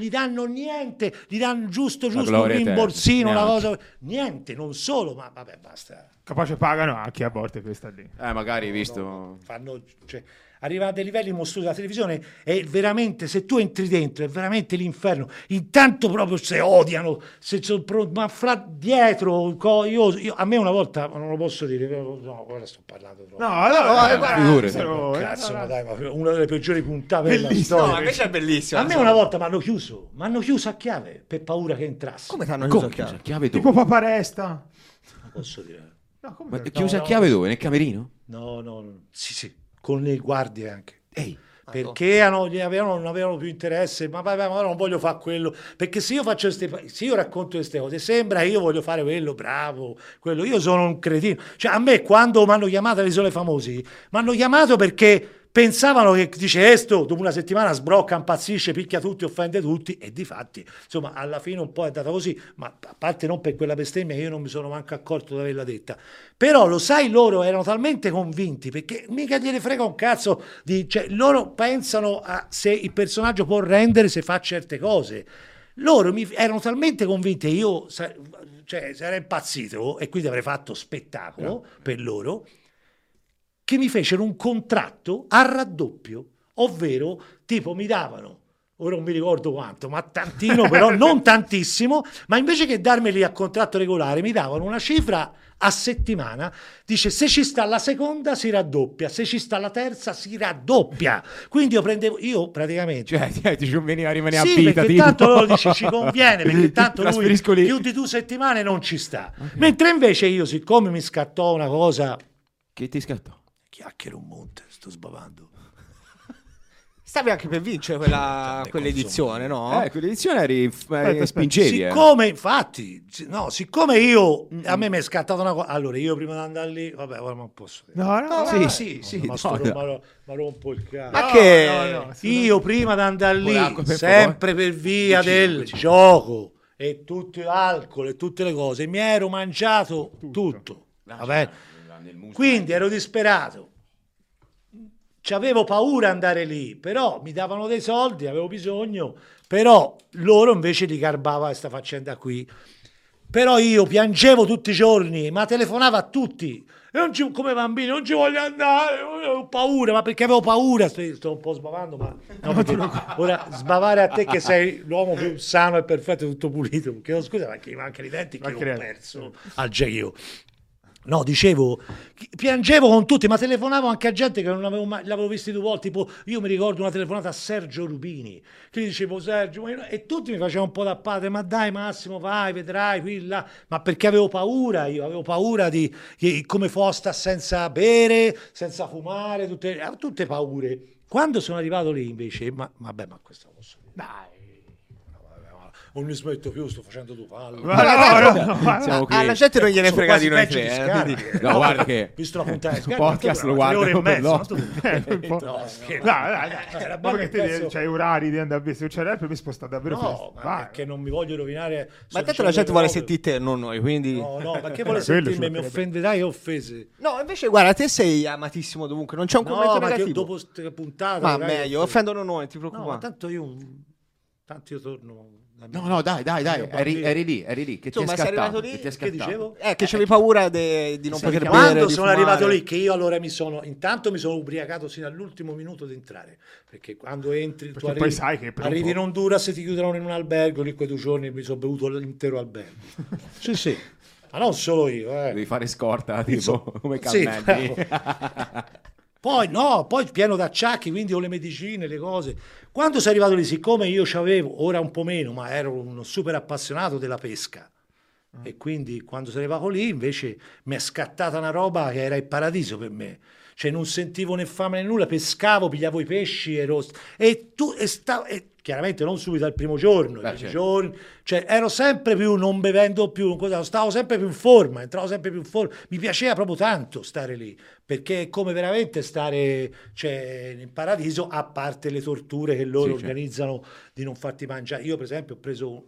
gli danno giusto un rimborsino, una cosa, niente, non solo, ma vabbè basta. Capace pagano anche a volte questa lì. Magari visto. No, fanno, cioè, arriva a dei livelli mostruosi. La televisione è veramente, se tu entri dentro, è veramente l'inferno. Intanto proprio se odiano, ma fra dietro, io a me una volta, ma non lo posso dire, no, ora sto parlando troppo. Cazzo, ma dai, ma una delle peggiori puntate della storia. No, invece è bellissimo. A me una volta mi hanno chiuso a chiave per paura che entrasse. Come ti hanno chiuso a chiave? Tipo Paparesta. Non posso dire. No, ma chiusa a chiave dove? Nel camerino? No. Sì, con le guardie anche. Perché non avevano più interesse, ma ora non voglio fare quello, perché se io racconto queste cose sembra che io voglio fare quello, bravo, quello, io sono un cretino. Cioè a me quando mi hanno chiamato alle Isole Famosi, mi hanno chiamato perché pensavano che dice esto dopo una settimana sbrocca, impazzisce, picchia tutti, offende tutti, e difatti insomma alla fine un po' è andata così, ma a parte non per quella bestemmia, io non mi sono manco accorto di averla detta, però lo sai, loro erano talmente convinti, perché mica gliene frega un cazzo cioè loro pensano a se il personaggio può rendere se fa certe cose. Loro erano talmente convinti che io sarei impazzito e quindi avrei fatto spettacolo per loro, che mi fecero un contratto a raddoppio, ovvero tipo mi davano, ora non mi ricordo quanto, ma tantino, però non tantissimo, ma invece che darmeli a contratto regolare mi davano una cifra a settimana, dice se ci sta la seconda si raddoppia, se ci sta la terza si raddoppia, quindi io praticamente ti conveniva rimanere sì, a vita, perché tipo. Tanto loro dice ci conviene, perché tanto lui più di 2 settimane non ci sta, mentre invece io, siccome mi scattò una cosa, che ti scattò? Chiacchiere un monte, sto sbavando. Stavi anche per vincere quell'edizione, no? Quell'edizione spingevi. Siccome io a me mi è scattata una cosa. Allora, io prima di andare lì, vabbè, ora non posso dire. Sì. Ma rompo il cazzo. Ma che io prima di andare lì, sempre per via del gioco e tutto l'alcol e tutte le cose, mi ero mangiato tutto. Vabbè. Quindi ero disperato, c'avevo paura di andare lì, però mi davano dei soldi, avevo bisogno, però loro invece li garbava questa faccenda qui. Però io piangevo tutti i giorni, ma telefonavo a tutti, come bambini, non ci voglio andare, ho paura, ma perché avevo paura, sto un po' sbavando, ma no, perché ora sbavare a te che sei l'uomo più sano e perfetto, tutto pulito, perché scusa, perché mi mancano i denti, che l'ho perso al io. No, dicevo, piangevo con tutti, ma telefonavo anche a gente che non avevo mai, l'avevo visto 2 volte, tipo io mi ricordo una telefonata a Sergio Rubini, che gli dicevo Sergio, e tutti mi facevano un po' da padre, ma dai Massimo, vai, vedrai, qui, là, ma perché avevo paura di come fosta senza bere, senza fumare, tutte paure. Quando sono arrivato lì invece, ma questo lo posso dire, dai. Non mi smetto più, sto facendo 2 palle. No. Alla gente non gliene frega di noi tre. No, guarda che visto la puntata di podcast lo guardo per perché c'hai orari di andare a vedere, per me sposta davvero no, perché non mi voglio rovinare. Ma tanto la gente vuole sentire te, non noi, quindi no, perché vuole sentirmi, mi offenderai e offese. No, invece guarda, te sei amatissimo dovunque, non c'è un commento negativo. Dopo queste puntate ma meglio, offendono noi, ti preoccupare. No, tanto io torno No, dai, eri lì, che Insomma, ti è sei arrivato scattato. lì? Che ti è Che scattato. dicevo? Che c'avevi paura di non poter bere, Quando di sono fumare. arrivato lì, che io allora intanto mi sono ubriacato sino all'ultimo minuto di entrare, perché quando entri, tu Perché poi sai che per un arrivi po'- in Honduras e ti chiudono in un albergo, lì quei 2 giorni mi sono bevuto l'intero albergo. Sì, ma non solo io. Devi fare scorta, tipo, come Sì, cammelli. Poi pieno d'acciacchi, quindi ho le medicine, le cose. Quando sono arrivato lì, siccome io c'avevo, ora un po' meno, ma ero uno super appassionato della pesca, e quindi quando sono arrivato lì invece mi è scattata una roba che era il paradiso per me. Cioè non sentivo né fame né nulla, pescavo, pigliavo i pesci e chiaramente non subito al primo giorno, i primi certo. giorni, cioè ero sempre più, non bevendo più, stavo sempre più in forma, entravo sempre più in forma, mi piaceva proprio tanto stare lì, perché è come veramente stare, cioè, in paradiso, a parte le torture che loro Sì, organizzano di non farti mangiare. Io per esempio ho preso,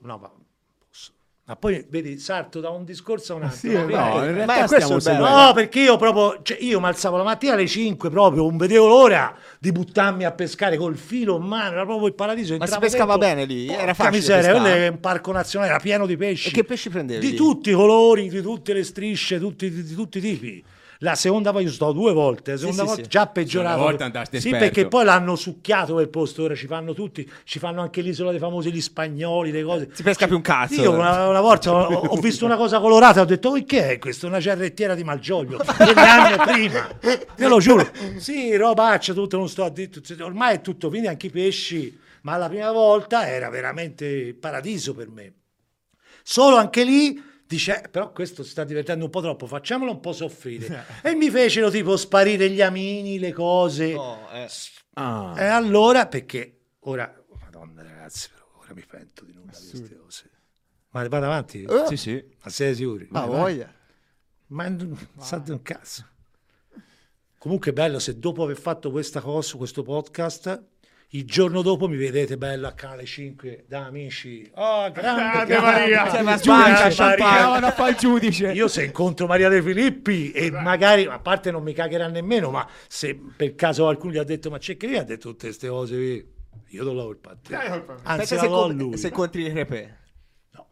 ma poi vedi, salto da un discorso a un altro. Sì, No, in Ma realtà questo stiamo è bello. seguendo. No, perché io proprio, cioè io mi alzavo la mattina alle 5 proprio, non vedevo l'ora di buttarmi a pescare col filo in mano, era proprio il paradiso. Ma si entravo pescava dentro, bene lì? porca Era facile miseria, pescare? quello è un parco nazionale, era pieno di pesci. E che pesci prendevi? Di tutti i colori, di tutte le strisce, di tutti i tipi. La seconda volta, io sono stato 2 volte, la seconda sì, volta sì. già peggiorato. Seconda volta andasti sì, esperto. perché poi l'hanno succhiato quel posto, ora ci fanno tutti, ci fanno anche l'isola dei famosi, gli spagnoli, le cose. Si pesca più un cazzo. Io una volta ho visto una cosa colorata, ho detto, che è questo? Una cerrettiera di Malgioglio, degli anni prima, te lo giuro. Sì, robaccia, tutto, non sto a dire, ormai è tutto finito, anche i pesci, ma la prima volta era veramente paradiso per me. Solo anche lì, dice, però questo si sta divertendo un po' troppo, facciamolo un po' soffrire. E mi fecero tipo sparire gli amini, le cose. E allora, perché ora, madonna ragazzi, però ora mi pento di nulla di queste cose. Ma vado avanti? Sì. Ma siete sicuri? Ma voglia. Ma non state un cazzo. Comunque è bello se dopo aver fatto questa cosa, questo podcast, il giorno dopo mi vedete bello a Canale 5 da amici. Oh, grande Maria! Cioè, ma Giulia, sbaglia, Provano a fare il giudice. io se incontro Maria De Filippi e magari, a parte non mi cagherà nemmeno, ma se per caso qualcuno gli ha detto ma c'è che ha detto tutte queste cose qui, io do la colpa a te. Anzi, la do a lui. se incontri Crepè. No,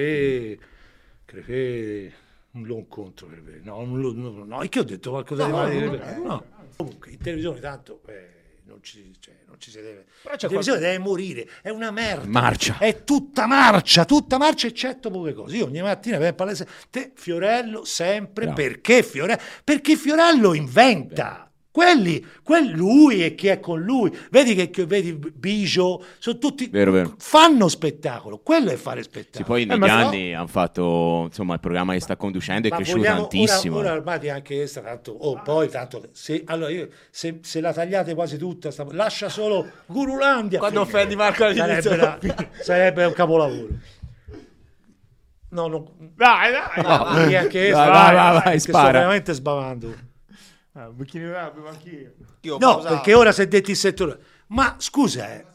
Crepè non lo incontro, Crepè. No, e che ho detto qualcosa di male di Crepè? No. Comunque in televisione tanto non ci si deve. Però La c'è televisione deve morire, è una merda. Marcia. È tutta marcia, eccetto poche cose. Io ogni mattina per palestra, te Fiorello sempre, No. perché Fiorello? Perché Fiorello inventa. Lui e chi è con lui, vedi che vedi Biggio, sono tutti Vero. fanno spettacolo, quello è fare spettacolo. Sì, poi negli ma no, anni hanno fatto, insomma, il programma che sta conducendo è ma cresciuto vogliamo- tantissimo. Ora ormai anche questa, tanto, se la tagliate quasi tutta, lascia solo Gurulandia. Quando offendi Marco all'inizio. sarebbe un capolavoro. No, Dai! anche questa, Vai, che spara. sto veramente sbavando. Un bicchino d'acqua, bevo anch'io. No, perché ora se detti il settore. Ma scusa,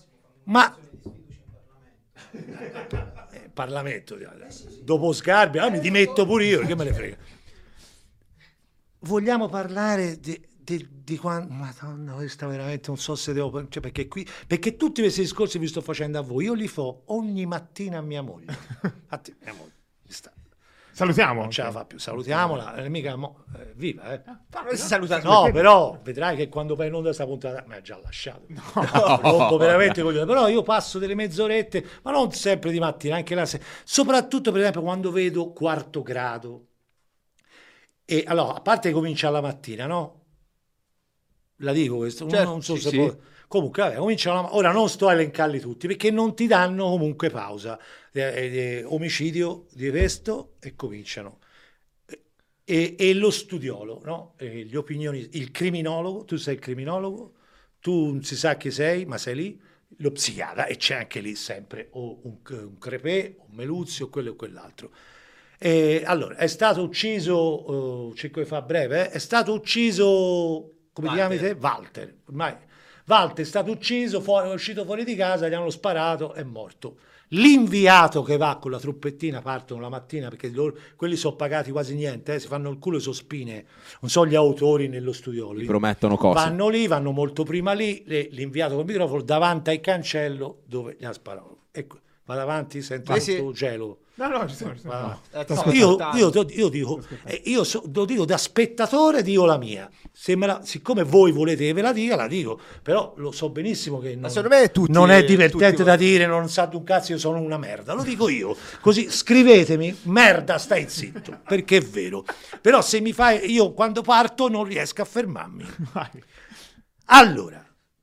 Parlamento dopo Sgarbi, mi dimetto pure io, che me ne frega. Vogliamo parlare di quando, madonna, questa veramente non so se devo, cioè, perché tutti questi discorsi vi sto facendo a voi, io li fo ogni mattina a mia moglie. Infatti, mia moglie sta, Salutiamo. non ce la fa più, salutiamola, mica viva, Non si saluta. No, però vedrai che quando vai in onda sta puntata mi ha già lasciato. Rompo veramente coglione. Però io passo delle mezz'orette, ma non sempre di mattina, anche la sera. Soprattutto, per esempio, quando vedo Quarto Grado. E allora, a parte che comincia la mattina, no? La dico questo, Certo, non so sì, se sì. può. Comunque, vabbè, comincia ora non sto a elencarli tutti perché non ti danno comunque pausa. Omicidio di Vesto e cominciano. E lo studiolo, no? Gli opinioni, il criminologo, tu sei il criminologo, tu non si sa chi sei, ma sei lì, lo psichiatra, e c'è anche lì sempre o un Crepè, un Meluzio, quello e quell'altro. Allora, è stato ucciso, cerco di far breve, è stato ucciso, come ti chiami te? Walter. Ormai Walter è stato ucciso, è uscito fuori di casa, gli hanno sparato, è morto. L'inviato che va con la truppettina, partono la mattina perché quelli sono pagati quasi niente, si fanno il culo e sospine, non so gli autori nello studiolo. Gli promettono cose. Vanno lì, vanno molto prima lì, l'inviato col microfono davanti al cancello dove gli ha sparato. Ecco, Vado avanti, sento tutto gelo. No, ci sono. Io dico, lo dico da spettatore, dico la mia. Siccome voi volete che ve la dico, però lo so benissimo che secondo me non è divertente da dire, non sa un cazzo, io sono una merda, lo dico io. Così scrivetemi, merda, stai zitto, perché è vero. Però se mi fai, io quando parto non riesco a fermarmi. Allora,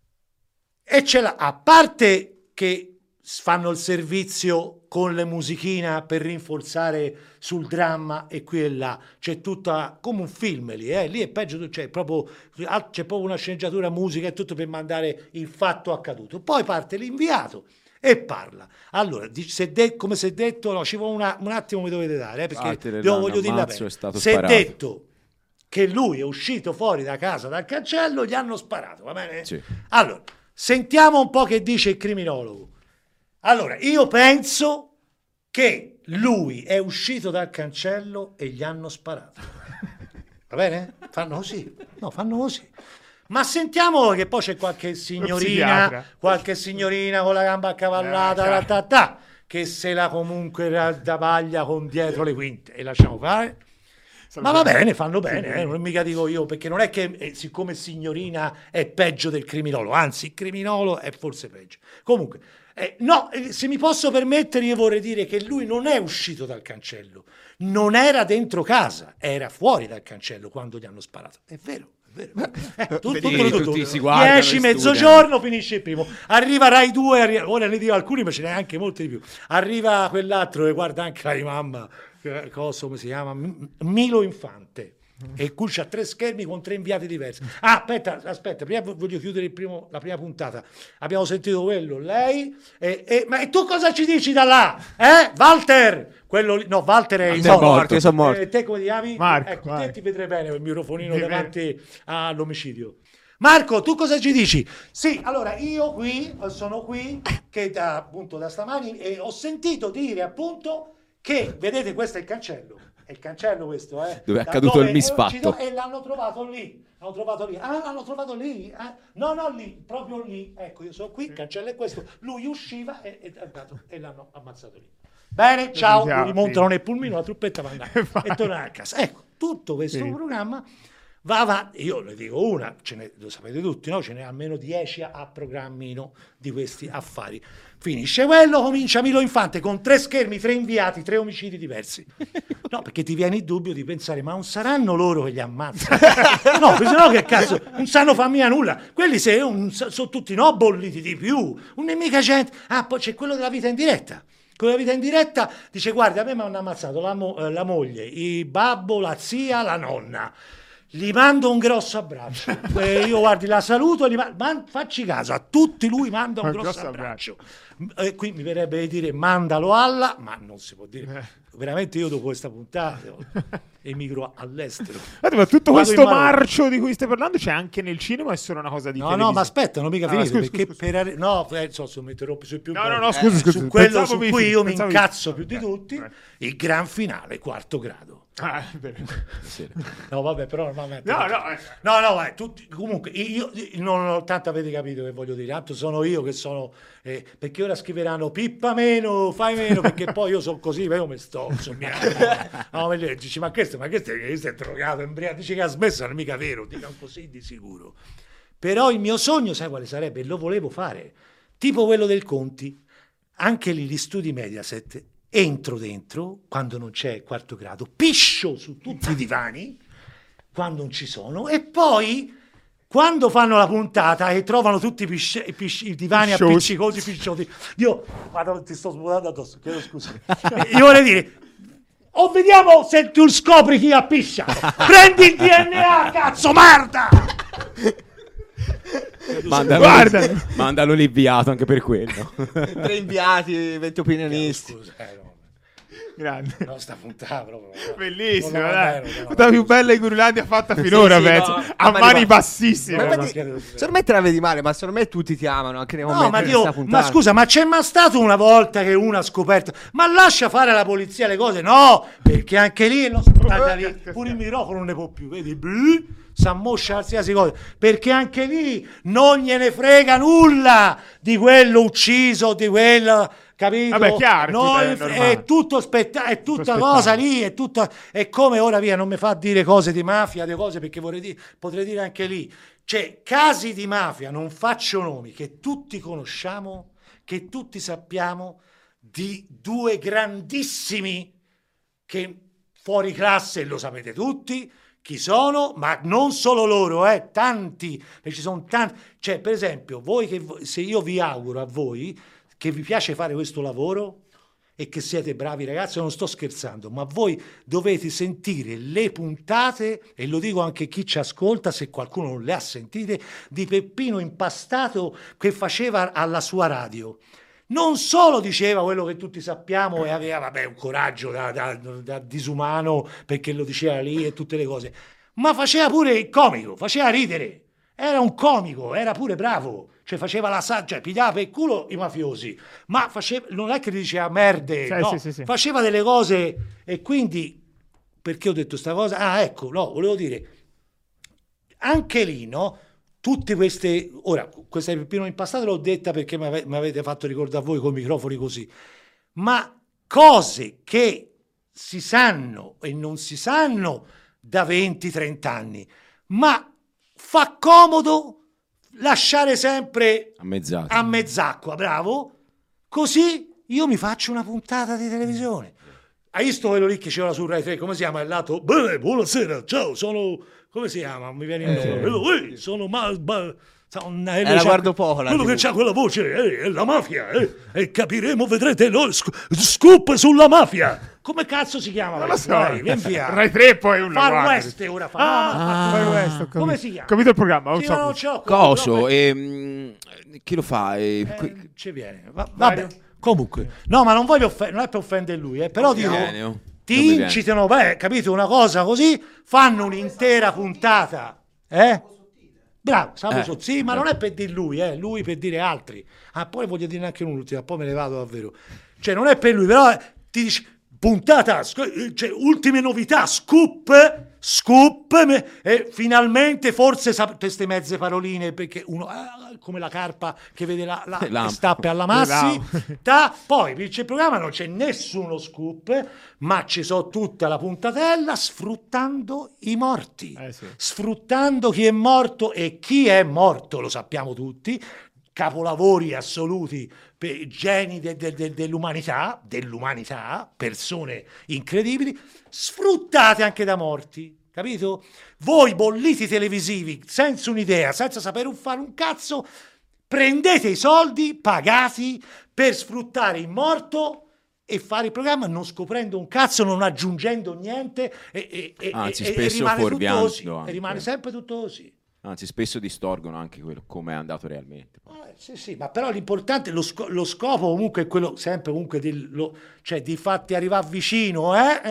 e ce l'ha, a parte che fanno il servizio con le musichine per rinforzare sul dramma e qui e là, c'è tutta come un film lì è peggio, c'è proprio una sceneggiatura, musica e tutto per mandare il fatto accaduto. Poi parte l'inviato e parla. Allora, come si è detto, no, ci vuole un attimo, mi dovete dare, perché io voglio dirla bene. Si è detto che lui è uscito fuori da casa dal cancello, gli hanno sparato, va bene? Sì. Allora, sentiamo un po' che dice il criminologo. Allora, io penso che lui è uscito dal cancello e gli hanno sparato. Va bene? Fanno così. No, fanno così. Ma sentiamo che poi c'è qualche signorina con la gamba accavallata, che se la comunque raddavaglia con dietro le quinte e lasciamo fare. Ma va bene, fanno bene, non mica dico io, perché non è che siccome signorina è peggio del criminologo, anzi il criminologo è forse peggio. Comunque, se mi posso permettere, io vorrei dire che lui non è uscito dal cancello, non era dentro casa, era fuori dal cancello quando gli hanno sparato. È vero. Tutti si guardano, 10 mezzogiorno finisce il primo, arriva Rai 2, ora ne dico alcuni ma ce n'è anche molti di più, arriva quell'altro e guarda anche la mamma, come si chiama, Milo Infante, e qui c'ha 3 schermi con 3 inviati diversi. Aspetta, prima voglio chiudere la prima puntata. Abbiamo sentito quello, lei ma tu cosa ci dici da là? Walter? Quello lì, no, Walter è morto. Sono morto. Te come ti chiami? Marco. Ecco, te ti vedrei bene con il microfonino davanti all'omicidio. Marco, tu cosa ci dici? Sì, allora io sono qui che appunto da stamani e ho sentito dire appunto che, vedete, questo è il cancello. È il cancello questo, dove è accaduto il misfatto. E l'hanno trovato lì. Ah, l'hanno trovato lì? No, lì, proprio lì. Ecco, io sono qui, il cancello è questo. Lui usciva e l'hanno ammazzato lì. Bene, ciao, rimontano nel pulmino, la truppetta va andare e tornano a casa. Ecco, tutto questo programma va avanti. Io le dico una, lo sapete tutti, no? Ce n'è almeno 10 a programmino di questi affari. Finisce quello, comincia Milo Infante con 3 schermi, 3 inviati, 3 omicidi diversi. No, perché ti viene il dubbio di pensare, ma non saranno loro che li ammazzano? No, perché sennò che cazzo, non sanno farmi nulla. Quelli sono tutti bolliti di più. Non è mica gente. Poi c'è quello della vita in diretta. Con la vita in diretta dice, guarda, a me mi hanno ammazzato la moglie, il babbo, la zia, la nonna. Gli mando un grosso abbraccio. Io guardi, la saluto, facci caso, a tutti lui manda un grosso abbraccio. Qui mi verrebbe di dire mandalo alla, ma non si può dire. Veramente io dopo questa puntata emigro all'estero. Ma tutto questo marcio di cui stai parlando c'è anche nel cinema, è solo una cosa di televisione? No, ma aspetta, non mica finito, perché scusa. Se mi interrompi sui più scusa. Su quello su cui io mi incazzo più di tutti, il gran finale, 4º grado. No, vabbè, però normalmente no, tutti, comunque io non tanto avete capito che voglio dire, tanto sono io che sono perché ora scriveranno pippa meno, fai meno, perché poi io sono così, io mi sto dici, ma questo è drogato, embriaco, dici che ha smesso, non è mica vero, dicono così di sicuro. Però il mio sogno, sai quale sarebbe? Lo volevo fare, tipo quello del Conti, anche lì gli studi Mediaset. Entro dentro, quando non c'è 4º grado, piscio su tutti i divani, quando non ci sono, e poi, quando fanno la puntata e trovano tutti i divani appiccicosi, pisciosi, io, guarda, ti sto svuotando addosso, chiedo scusa, io vorrei dire, vediamo se tu scopri chi ha pisciato, prendi il DNA, cazzo, merda! Mandalo l'inviato anche per quello. 3 inviati, 20 opinionisti. Grande. No, sta puntata proprio. Bellissima, dai. La più bella in Grulandia fatta finora, penso. A mani bassissime. Secondo me te la vedi male, ma secondo me tutti ti amano anche nei commenti. Ma scusa, ma c'è mai stato una volta che uno ha scoperto? Ma lascia fare alla polizia le cose? No, perché anche lì pure il microfono non ne può più, vedi? S'ammoscia qualsiasi cosa, perché anche lì non gliene frega nulla di quello ucciso, di quello capito? Vabbè, chiaro, No, è normale. è tutto è tutta cosa lì, è come ora via, non mi fa dire cose di mafia, le cose perché potrei dire anche lì. Cioè, casi di mafia, non faccio nomi, che tutti conosciamo, che tutti sappiamo, di due grandissimi che fuori classe, lo sapete tutti chi sono, ma non solo loro, tanti, ci sono tanti. Cioè, per esempio, se io vi auguro a voi che vi piace fare questo lavoro e che siete bravi ragazzi, non sto scherzando, ma voi dovete sentire le puntate, e lo dico anche a chi ci ascolta, se qualcuno non le ha sentite, di Peppino Impastato che faceva alla sua radio. Non solo diceva quello che tutti sappiamo e aveva un coraggio da disumano perché lo diceva lì e tutte le cose, ma faceva pure il comico, faceva ridere, era un comico, era pure bravo, cioè faceva pigliava per il culo i mafiosi, ma non è che diceva merde, no, sì. faceva delle cose. E quindi, perché ho detto sta cosa? Volevo dire, anche lì, no? Tutte queste, ora, questa di Peppino Impastato l'ho detta perché mi avete fatto ricordare voi con i microfoni così, ma cose che si sanno e non si sanno da 20-30 anni, ma fa comodo lasciare sempre a mezz'acqua, bravo, così io mi faccio una puntata di televisione. Hai visto quello lì che c'era su Rai 3, come si chiama? Il lato, buonasera, ciao, sono... Come si chiama? Mi viene il nome. Sono la guardo poco. Quello che c'ha quella voce è la mafia. E capiremo, vedrete, scoop sulla mafia. Come cazzo si chiama? Non lo so. Dai, vieni via. Rai 3 poi un Far West ora fa. Far West. Come si chiama? Capito il programma? Sì, non c'ho, Coso, chi lo fa? Ci viene. Vabbè, comunque. No, ma non voglio non è per offendere lui, però dico... Ti incitano, capito, una cosa così, fanno un'intera puntata, bravo, sì, ma non è per dire lui per dire altri. Poi voglio dire anche un'ultima, poi me ne vado davvero. Cioè, non è per lui, però ti dice puntata, cioè, ultime novità, scoop, e finalmente forse queste mezze paroline, perché uno come la carpa che vede la stappe alla Massi, poi vince il programma, non c'è nessuno scoop, ma ci so tutta la puntatella sfruttando i morti, sfruttando chi è morto, e chi è morto lo sappiamo tutti, capolavori assoluti, geni dell'umanità, persone incredibili, sfruttate anche da morti, capito? Voi bolliti televisivi, senza un'idea, senza sapere fare un cazzo, prendete i soldi pagati per sfruttare il morto e fare il programma non scoprendo un cazzo, non aggiungendo niente, anzi, e spesso rimane fuorviando tutto così, e rimane sempre tutto così. Anzi, spesso distorgono anche come è andato realmente. Sì, ma però l'importante, lo scopo comunque è quello sempre comunque cioè di fatti arrivare vicino,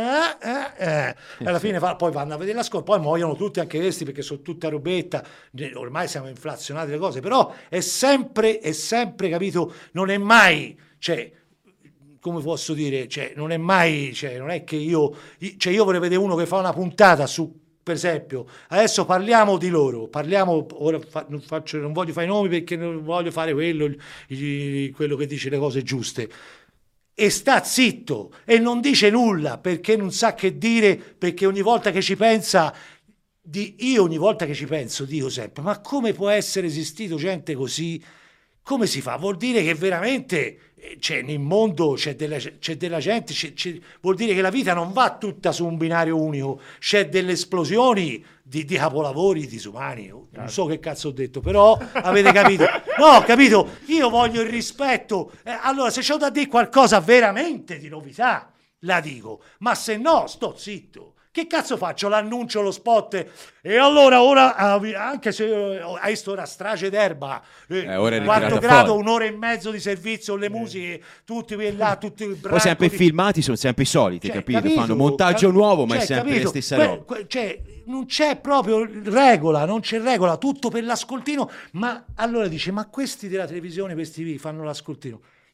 alla fine poi vanno a vedere la scorta, poi muoiono tutti anche questi perché sono tutta robetta, ormai siamo inflazionati le cose, però è sempre, capito, non è mai, cioè, come posso dire, cioè, non è mai, cioè, non è che io vorrei vedere uno che fa una puntata su, per esempio, adesso parliamo di loro, ora non voglio fare i nomi perché non voglio fare quello che dice le cose giuste, e sta zitto e non dice nulla perché non sa che dire, perché ogni volta che ci pensa, ogni volta che ci penso dico sempre, ma come può essere esistito gente così? Come si fa? Vuol dire che veramente nel mondo c'è della gente, vuol dire che la vita non va tutta su un binario unico, c'è delle esplosioni di capolavori disumani. Non so che cazzo ho detto, però avete capito. No, ho capito, io voglio il rispetto. Allora, se c'ho da dire qualcosa veramente di novità, la dico, ma se no, sto zitto. Che cazzo faccio? L'annuncio, lo spot, e allora ora, anche se hai visto ora strage d'erba, quarto grado, fuori. Un'ora e mezzo di servizio, le musiche, tutti là, tutti i poi sempre filmati sono sempre i soliti, capito? Fanno montaggio nuovo, ma è sempre la stessa roba. Non c'è proprio regola, non c'è regola, tutto per l'ascoltino. Ma allora dice, ma questi della televisione, questi fanno l'ascoltino.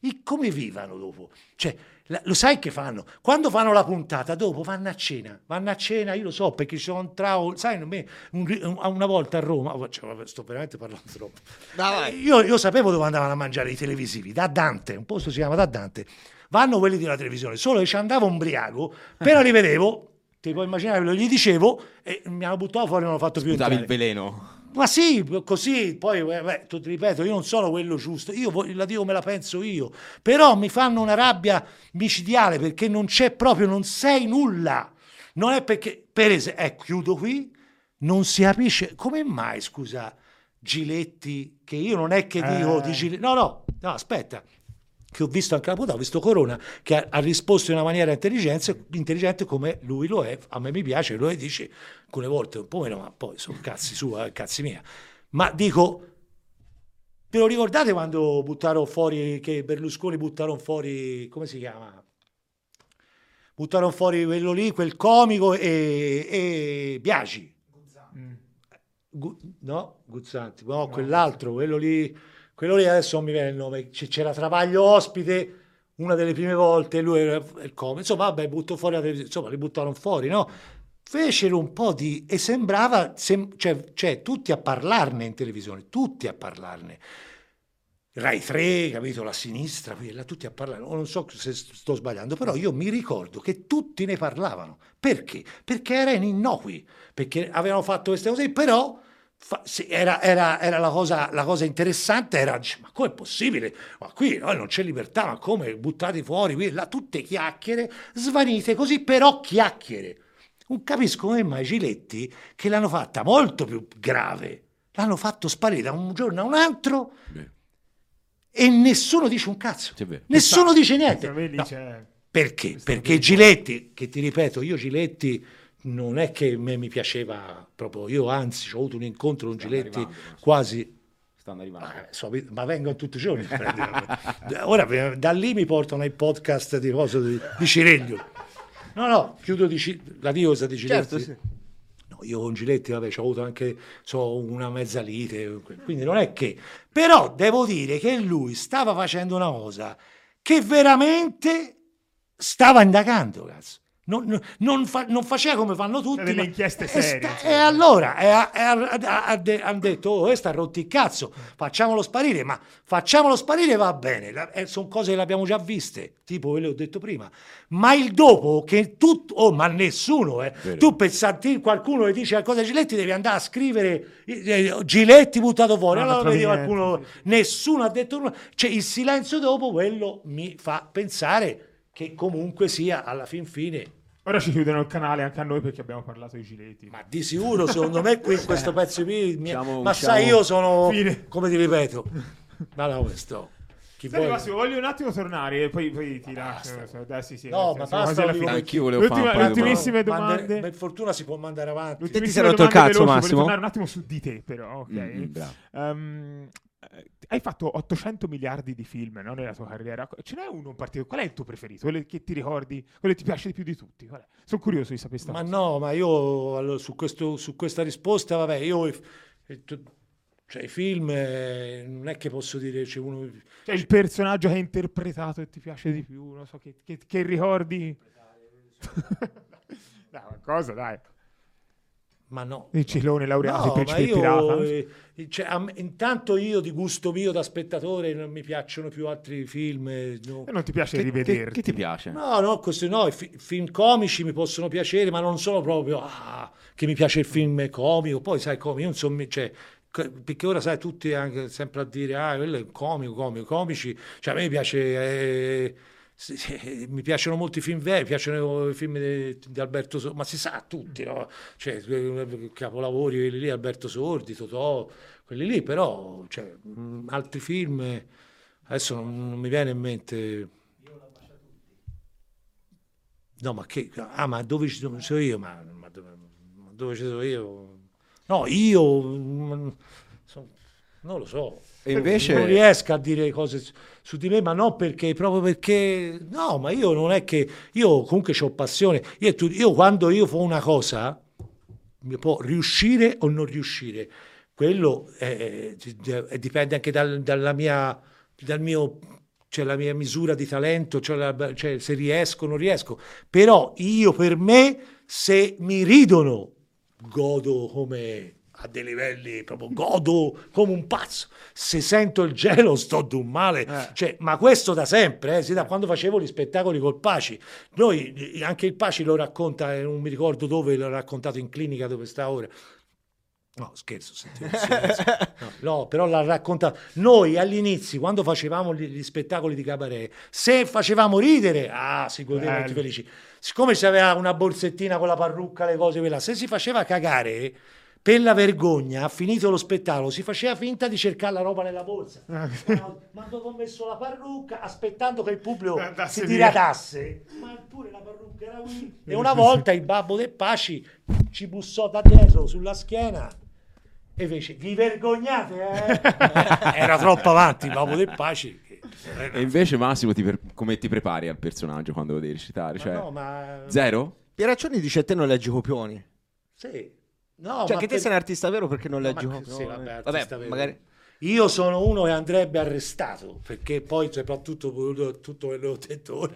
come vivano dopo? Cioè, lo sai che fanno? Quando fanno la puntata, dopo vanno a cena, io lo so perché ci sono entrato, sai, una volta a Roma, sto veramente parlando troppo, io sapevo dove andavano a mangiare i televisivi, da Dante, un posto si chiama da Dante, vanno quelli della televisione, solo che ci andavo ubriaco, però li vedevo, ti puoi immaginare, gli dicevo e mi hanno buttato fuori e non l'ho fatto più entrare. Il veleno. Ma sì, così, poi ti ripeto, io non sono quello giusto, io la dico me la penso io, però mi fanno una rabbia micidiale perché non c'è proprio, non sei nulla, non è perché, per esempio, chiudo qui, non si capisce, come mai, scusa, Giletti, che io non è che dico di Giletti, no, aspetta, che ho visto anche la puntata, ho visto Corona che ha risposto in una maniera intelligente come lui lo è, a me mi piace, lo è, dice alcune volte un po' meno, ma poi sono cazzi sua, cazzi mia, ma dico, ve lo ricordate quando buttarono fuori, che Berlusconi buttarono fuori, come si chiama? Buttarono fuori quello lì, quel comico e Biagi. Guzzanti, no, quell'altro, quello lì adesso non mi viene il nome, c'era Travaglio ospite una delle prime volte, lui era il comico, insomma vabbè, butto fuori la televisione, insomma li buttarono fuori, no? Fecero un po' e sembrava, cioè tutti a parlarne in televisione, tutti a parlarne. Rai 3, capito, la sinistra, quella, tutti a parlare, non so se sto sbagliando, però io mi ricordo che tutti ne parlavano. Perché? Perché erano innocui, perché avevano fatto queste cose, però era la cosa interessante, era, ma come è possibile? Ma qui non c'è libertà, ma come buttati fuori, qui, là, tutte chiacchiere, svanite così, però chiacchiere. Non capisco come mai Giletti, che l'hanno fatta molto più grave, l'hanno fatto sparire da un giorno a un altro e nessuno dice un cazzo, nessuno dice niente. No. Perché? Perché Giletti, che ti ripeto, io Giletti non è che mi piaceva proprio, io anzi ho avuto un incontro con Giletti quasi... Stanno arrivando. Ma vengono tutti i giorni. Ora da lì mi portano ai podcast di Cireglio. No, chiudo la diosa di Giletti. Certo, sì. No, io con Giletti, vabbè, ho avuto anche una mezza lite, quindi non è che... Però devo dire che lui stava facendo una cosa che veramente stava indagando, cazzo. Non faceva come fanno tutti, delle inchieste serie, e allora hanno detto questo ha rotto il cazzo, facciamolo sparire, ma facciamolo sparire va bene, sono cose che le abbiamo già viste, tipo quello che ho detto prima, ma il dopo che ma nessuno tu per sentire qualcuno che dice qualcosa di Giletti devi andare a scrivere Giletti buttato fuori, allora vedi qualcuno, nessuno ha detto nulla, cioè il silenzio dopo quello mi fa pensare che comunque sia alla fin fine. Ora ci chiudono il canale anche a noi perché abbiamo parlato di Giletti. Ma di sicuro, secondo me qui in questo pezzo qui sai, io sono fine. Come ti ripeto, ma questo Massimo, voglio un attimo tornare e poi ti lascio. Sì, no, ma basta, anch'io volevo fare le ultimissime domande. Per fortuna si può mandare avanti. Ti sei rotto il cazzo, Massimo. Voglio tornare un attimo su di te, però, ok. Hai fatto 800 miliardi di film, no, nella tua carriera. Ce n'è uno in particolare? Qual è il tuo preferito? Quello che ti ricordi? Quello che ti piace di più di tutti? Qual è? Sono curioso di sapere questa cosa. No, ma io allora, su questa risposta, vabbè, io cioè i film non è che posso dire c'è uno... Cioè il personaggio che hai interpretato e ti piace di più, non so, che ricordi? Dai, qualcosa, dai. Ma no. Il Cilone laureato, il principe pirata. Intanto io di gusto mio da spettatore non mi piacciono più altri film. No. E non ti piace rivederti? Che ti piace? No, questo no, i film comici mi possono piacere, ma non sono proprio che mi piace il film comico. Poi sai come, io non so, cioè, perché ora sai tutti anche sempre a dire quello è comici, cioè a me piace mi piacciono molti film veri, mi piacciono i film di Alberto Sordi, ma si sa tutti, no? Cioè capolavori quelli lì, Alberto Sordi, Totò, quelli lì, però cioè, altri film adesso non mi viene in mente. No, ma che ma dove ci sono io? Ma dove ci sono io? No, io non lo so. E invece non riesco a dire cose su di me, ma no proprio perché no, ma io non è che io comunque ho passione. Io quando io faccio una cosa mi può riuscire o non riuscire. Quello dipende anche dal mio c'è la mia misura di talento, cioè se riesco o non riesco, però io per me, se mi ridono, godo come a dei livelli, proprio godo come un pazzo. Se sento il gelo sto d'un male, cioè, ma questo da sempre, da quando facevo gli spettacoli col Paci. Noi, anche il Paci lo racconta, non mi ricordo dove, l'ho raccontato in clinica dove sta ora. No, scherzo, no, però l'ha raccontato. Noi all'inizio, quando facevamo gli spettacoli di cabaret, se facevamo ridere, si godevano tutti felici. Siccome c'aveva una borsettina con la parrucca, le cose quella, se si faceva cagare, per la vergogna, finito lo spettacolo, si faceva finta di cercare la roba nella borsa. Ma dopo ho messo la parrucca, aspettando che il pubblico si diradasse. Ma pure la parrucca era qui. E una volta il babbo del Paci ci bussò da dietro sulla schiena e fece: vi vergognate, Era troppo avanti il babbo del Paci. E invece Massimo, come ti prepari al personaggio quando lo devi recitare? Zero? Pieraccioni dice: te non leggi copioni. Sì. No, cioè, che te sei un artista vero perché non leggi copioni? Sì, vabbè, magari... Io sono uno che andrebbe arrestato, perché poi soprattutto tutto quello che ho detto ora.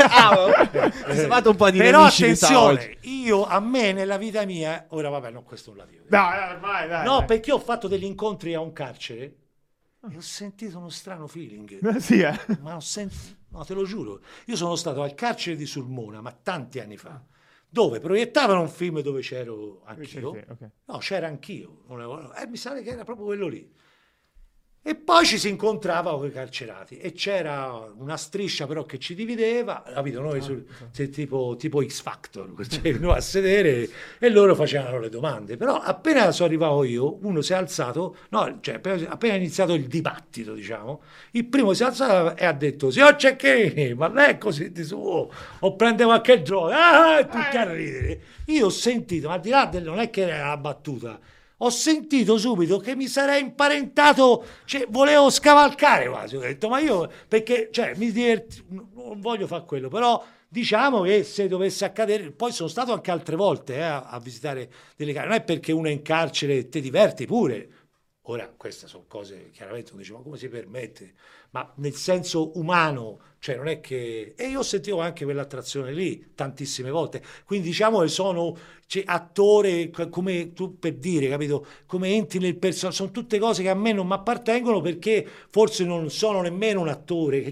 Sei fatto un po' di però attenzione, a me nella vita mia, ora vabbè, no, questo non la dico. Dai. No, perché ho fatto degli incontri a un carcere e ho sentito uno strano feeling. Ma no, te lo giuro. Io sono stato al carcere di Sulmona, ma tanti anni fa, dove proiettavano un film dove c'ero anch'io. Okay. No, c'era anch'io. Mi sa che era proprio quello lì. E poi ci si incontrava con i carcerati e c'era una striscia però che ci divideva, capito? Noi tipo X Factor, noi a sedere e loro facevano le domande. Però appena sono arrivato io, uno si è alzato, appena iniziato il dibattito, diciamo, il primo si è alzato e ha detto: signor Cecchini, ma lei è così di suo? O prende qualche droga? Tutti a ridere. Io ho sentito, ma al di là non è che era una battuta, ho sentito subito che mi sarei imparentato, cioè volevo scavalcare quasi, ho detto, ma io, perché, mi diverto, non voglio fare quello, però diciamo che se dovesse accadere, poi sono stato anche altre volte a visitare delle case, non è perché uno è in carcere e ti diverti pure, ora queste sono cose, chiaramente uno dice, ma come si permette? Ma nel senso umano, cioè non è che... E io sentivo anche quell'attrazione lì tantissime volte, quindi diciamo che sono attore, come tu per dire, capito? Come entri nel personaggio, sono tutte cose che a me non mi appartengono perché forse non sono nemmeno un attore,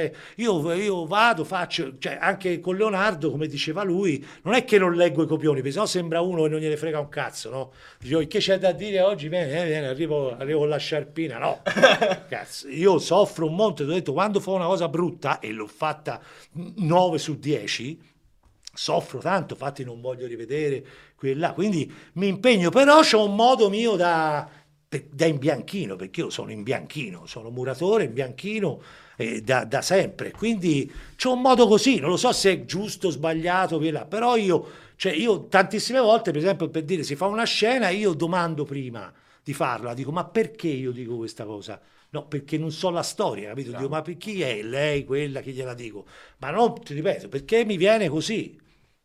io vado, faccio, anche con Leonardo, come diceva lui, non è che non leggo i copioni, perché sennò sembra uno che non gliene frega un cazzo, no? Dicevo, che c'è da dire oggi? Viene, arrivo con la sciarpina, no? Cazzo, io soffro un monte, ti ho detto, quando fa una cosa brutta, e l'ho fatta 9 su 10, soffro tanto, infatti non voglio rivedere quella, quindi mi impegno, però c'ho un modo mio da imbianchino, perché io sono imbianchino, sono muratore imbianchino da sempre, quindi c'ho un modo così, non lo so se è giusto o sbagliato, però io tantissime volte, per esempio, per dire, si fa una scena, io domando prima di farla, dico, ma perché io dico questa cosa? No, perché non so la storia, capito? Dico, ma per chi è lei, quella, che gliela dico? Ma no, ti ripeto, perché mi viene così.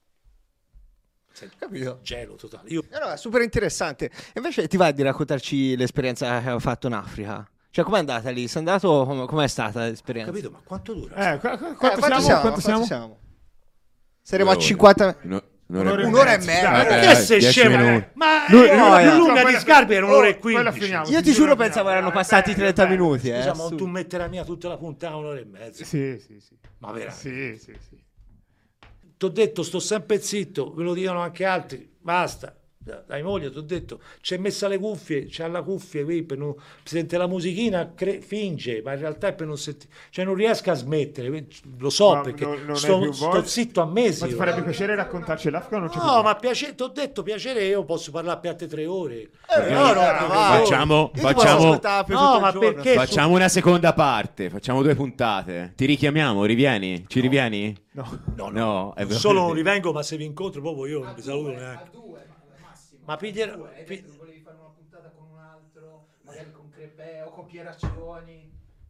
Capito? Gelo totale. Allora, super interessante. Invece ti va di raccontarci l'esperienza che hai fatto in Africa? Cioè, com'è andata lì? Sei andato, com'è stata l'esperienza? Capito, ma quanto dura? Quanto siamo? Saremo a 50... Un'ora e mezza. Ma perché sei scemo? Ma la lunga di Scarpi era un'ora e 15. Io ti giuro pensavo erano passati 30 minuti. Scusa, ma tu metterai mia tutta la puntata un'ora e mezza. Sì. Ma veramente? Sì. T'ho detto, sto sempre zitto, ve lo dicono anche altri, basta. Dai moglie, ti ho detto, c'è messa le cuffie, c'ha la cuffia qui per non sente la musichina, finge, ma in realtà è per non sentire, non riesco a smettere, lo so, perché sto zitto a mesi. Ma ti farebbe piacere raccontarci l'Africa o non c'è più? No, ma piacere, ti ho detto piacere, io posso parlare per te 3 ore. Facciamo facciamo una seconda parte, facciamo 2 puntate. Ti richiamiamo, rivieni? Ci rivieni? No, solo non rivengo, ma se vi incontro proprio io non vi saluto neanche. Ma volevi fare una puntata con un altro, magari con Crepè o con Pieraccioni?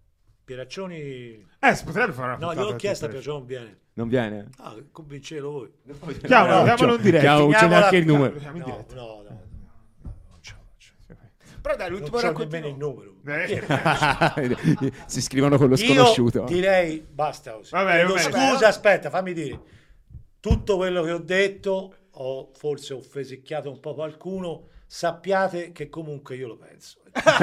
Si potrebbe fare una puntata. No, gliel'ho chiesto a Pieraccioni, non viene. Non viene? Convincelo voi. Chiamalo in diretta. Ce n'è anche il numero. No. Però dai, Non l'ultimo c'ho racconto. nemmeno il numero. Si scrivono con lo sconosciuto. Io direi basta così. Vabbè. Scusa, aspetta, fammi dire. Tutto quello che ho detto, ho forse offesicchiato un po' qualcuno, sappiate che comunque io lo penso.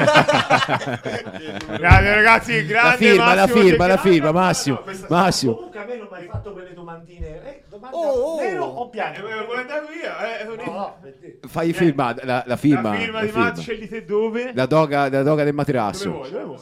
Grande ragazzi, grande La firma, Massimo. Massimo. Comunque a me non mi hai fatto quelle domandine. Domanda nero o bianco? Vuoi andare via? No, per te. Fai firma, la firma. La firma di Matt, scegliete dove? La doga del materasso. Dove vuoi?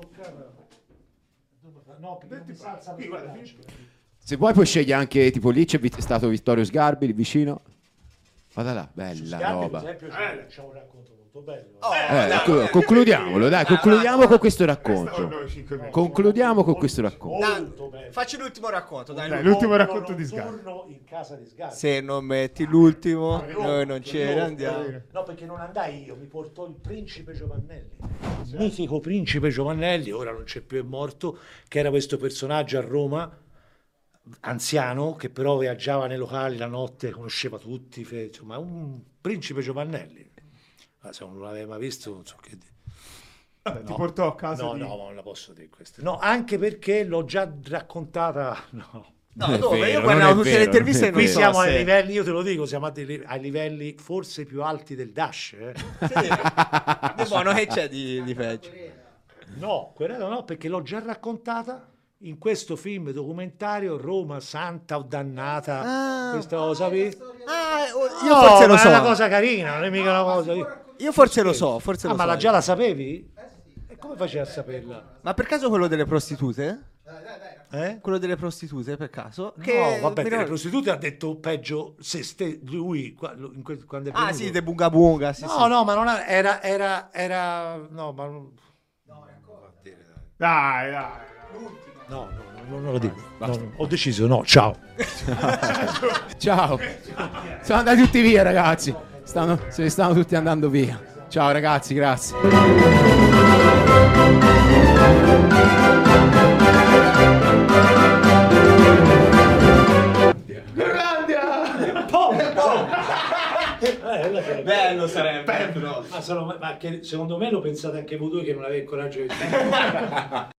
No, perché non mi sa alza per il lancio. Se vuoi puoi scegliere anche, tipo lì è stato Vittorio Sgarbi, lì vicino. Vada là, bella Sgarbi, roba. per esempio, c'è un racconto molto bello. Concludiamolo, dai, concludiamo con questo racconto. Concludiamo con questo racconto. Molto bello. Facci l'ultimo racconto, dai. L'ultimo racconto di Sgarbi. In casa di Sgarbi. Se non metti l'ultimo, noi non ce ne andiamo. No, perché non andai io, mi portò il principe Giovannelli. Il mitico principe Giovannelli, ora non c'è più, è morto, che era questo personaggio a Roma, anziano, che però viaggiava nei locali la notte, conosceva tutti, insomma, un principe Giovannelli. Ma se non l'aveva mai visto, non so che dire. Vabbè, ti portò a casa No, no, ma non la posso dire questa. No, anche perché l'ho già raccontata. No. No, dove? vero, Io guardavo non è tutte le vero, interviste e non è non Qui so siamo ai se... livelli, io te lo dico, siamo ai livelli forse più alti del Dash. Di buono che c'è di peggio? No, querela no, perché l'ho già raccontata in questo film documentario Roma Santa o Dannata. Questa cosa qui. Io forse lo ma so. è una cosa carina, non è mica una cosa. Io forse lo so, forse lo so. Ma già la sapevi? E come facevi a saperla? Ma per caso quello delle prostitute? Eh? Quello delle prostitute, per caso? No, vabbè, le prostitute ha detto peggio lui quando è Ah, venuto. sì, de Bunga Bunga. Sì, No, no, ma non era no, ma non... Dai. No, non lo dico. No, ho deciso, no, ciao. Ciao. Sono andati tutti via, ragazzi. Se ne stanno tutti andando via. Ciao ragazzi, grazie. Bello sarebbe. Ma che secondo me lo pensate anche voi due che non avete il coraggio di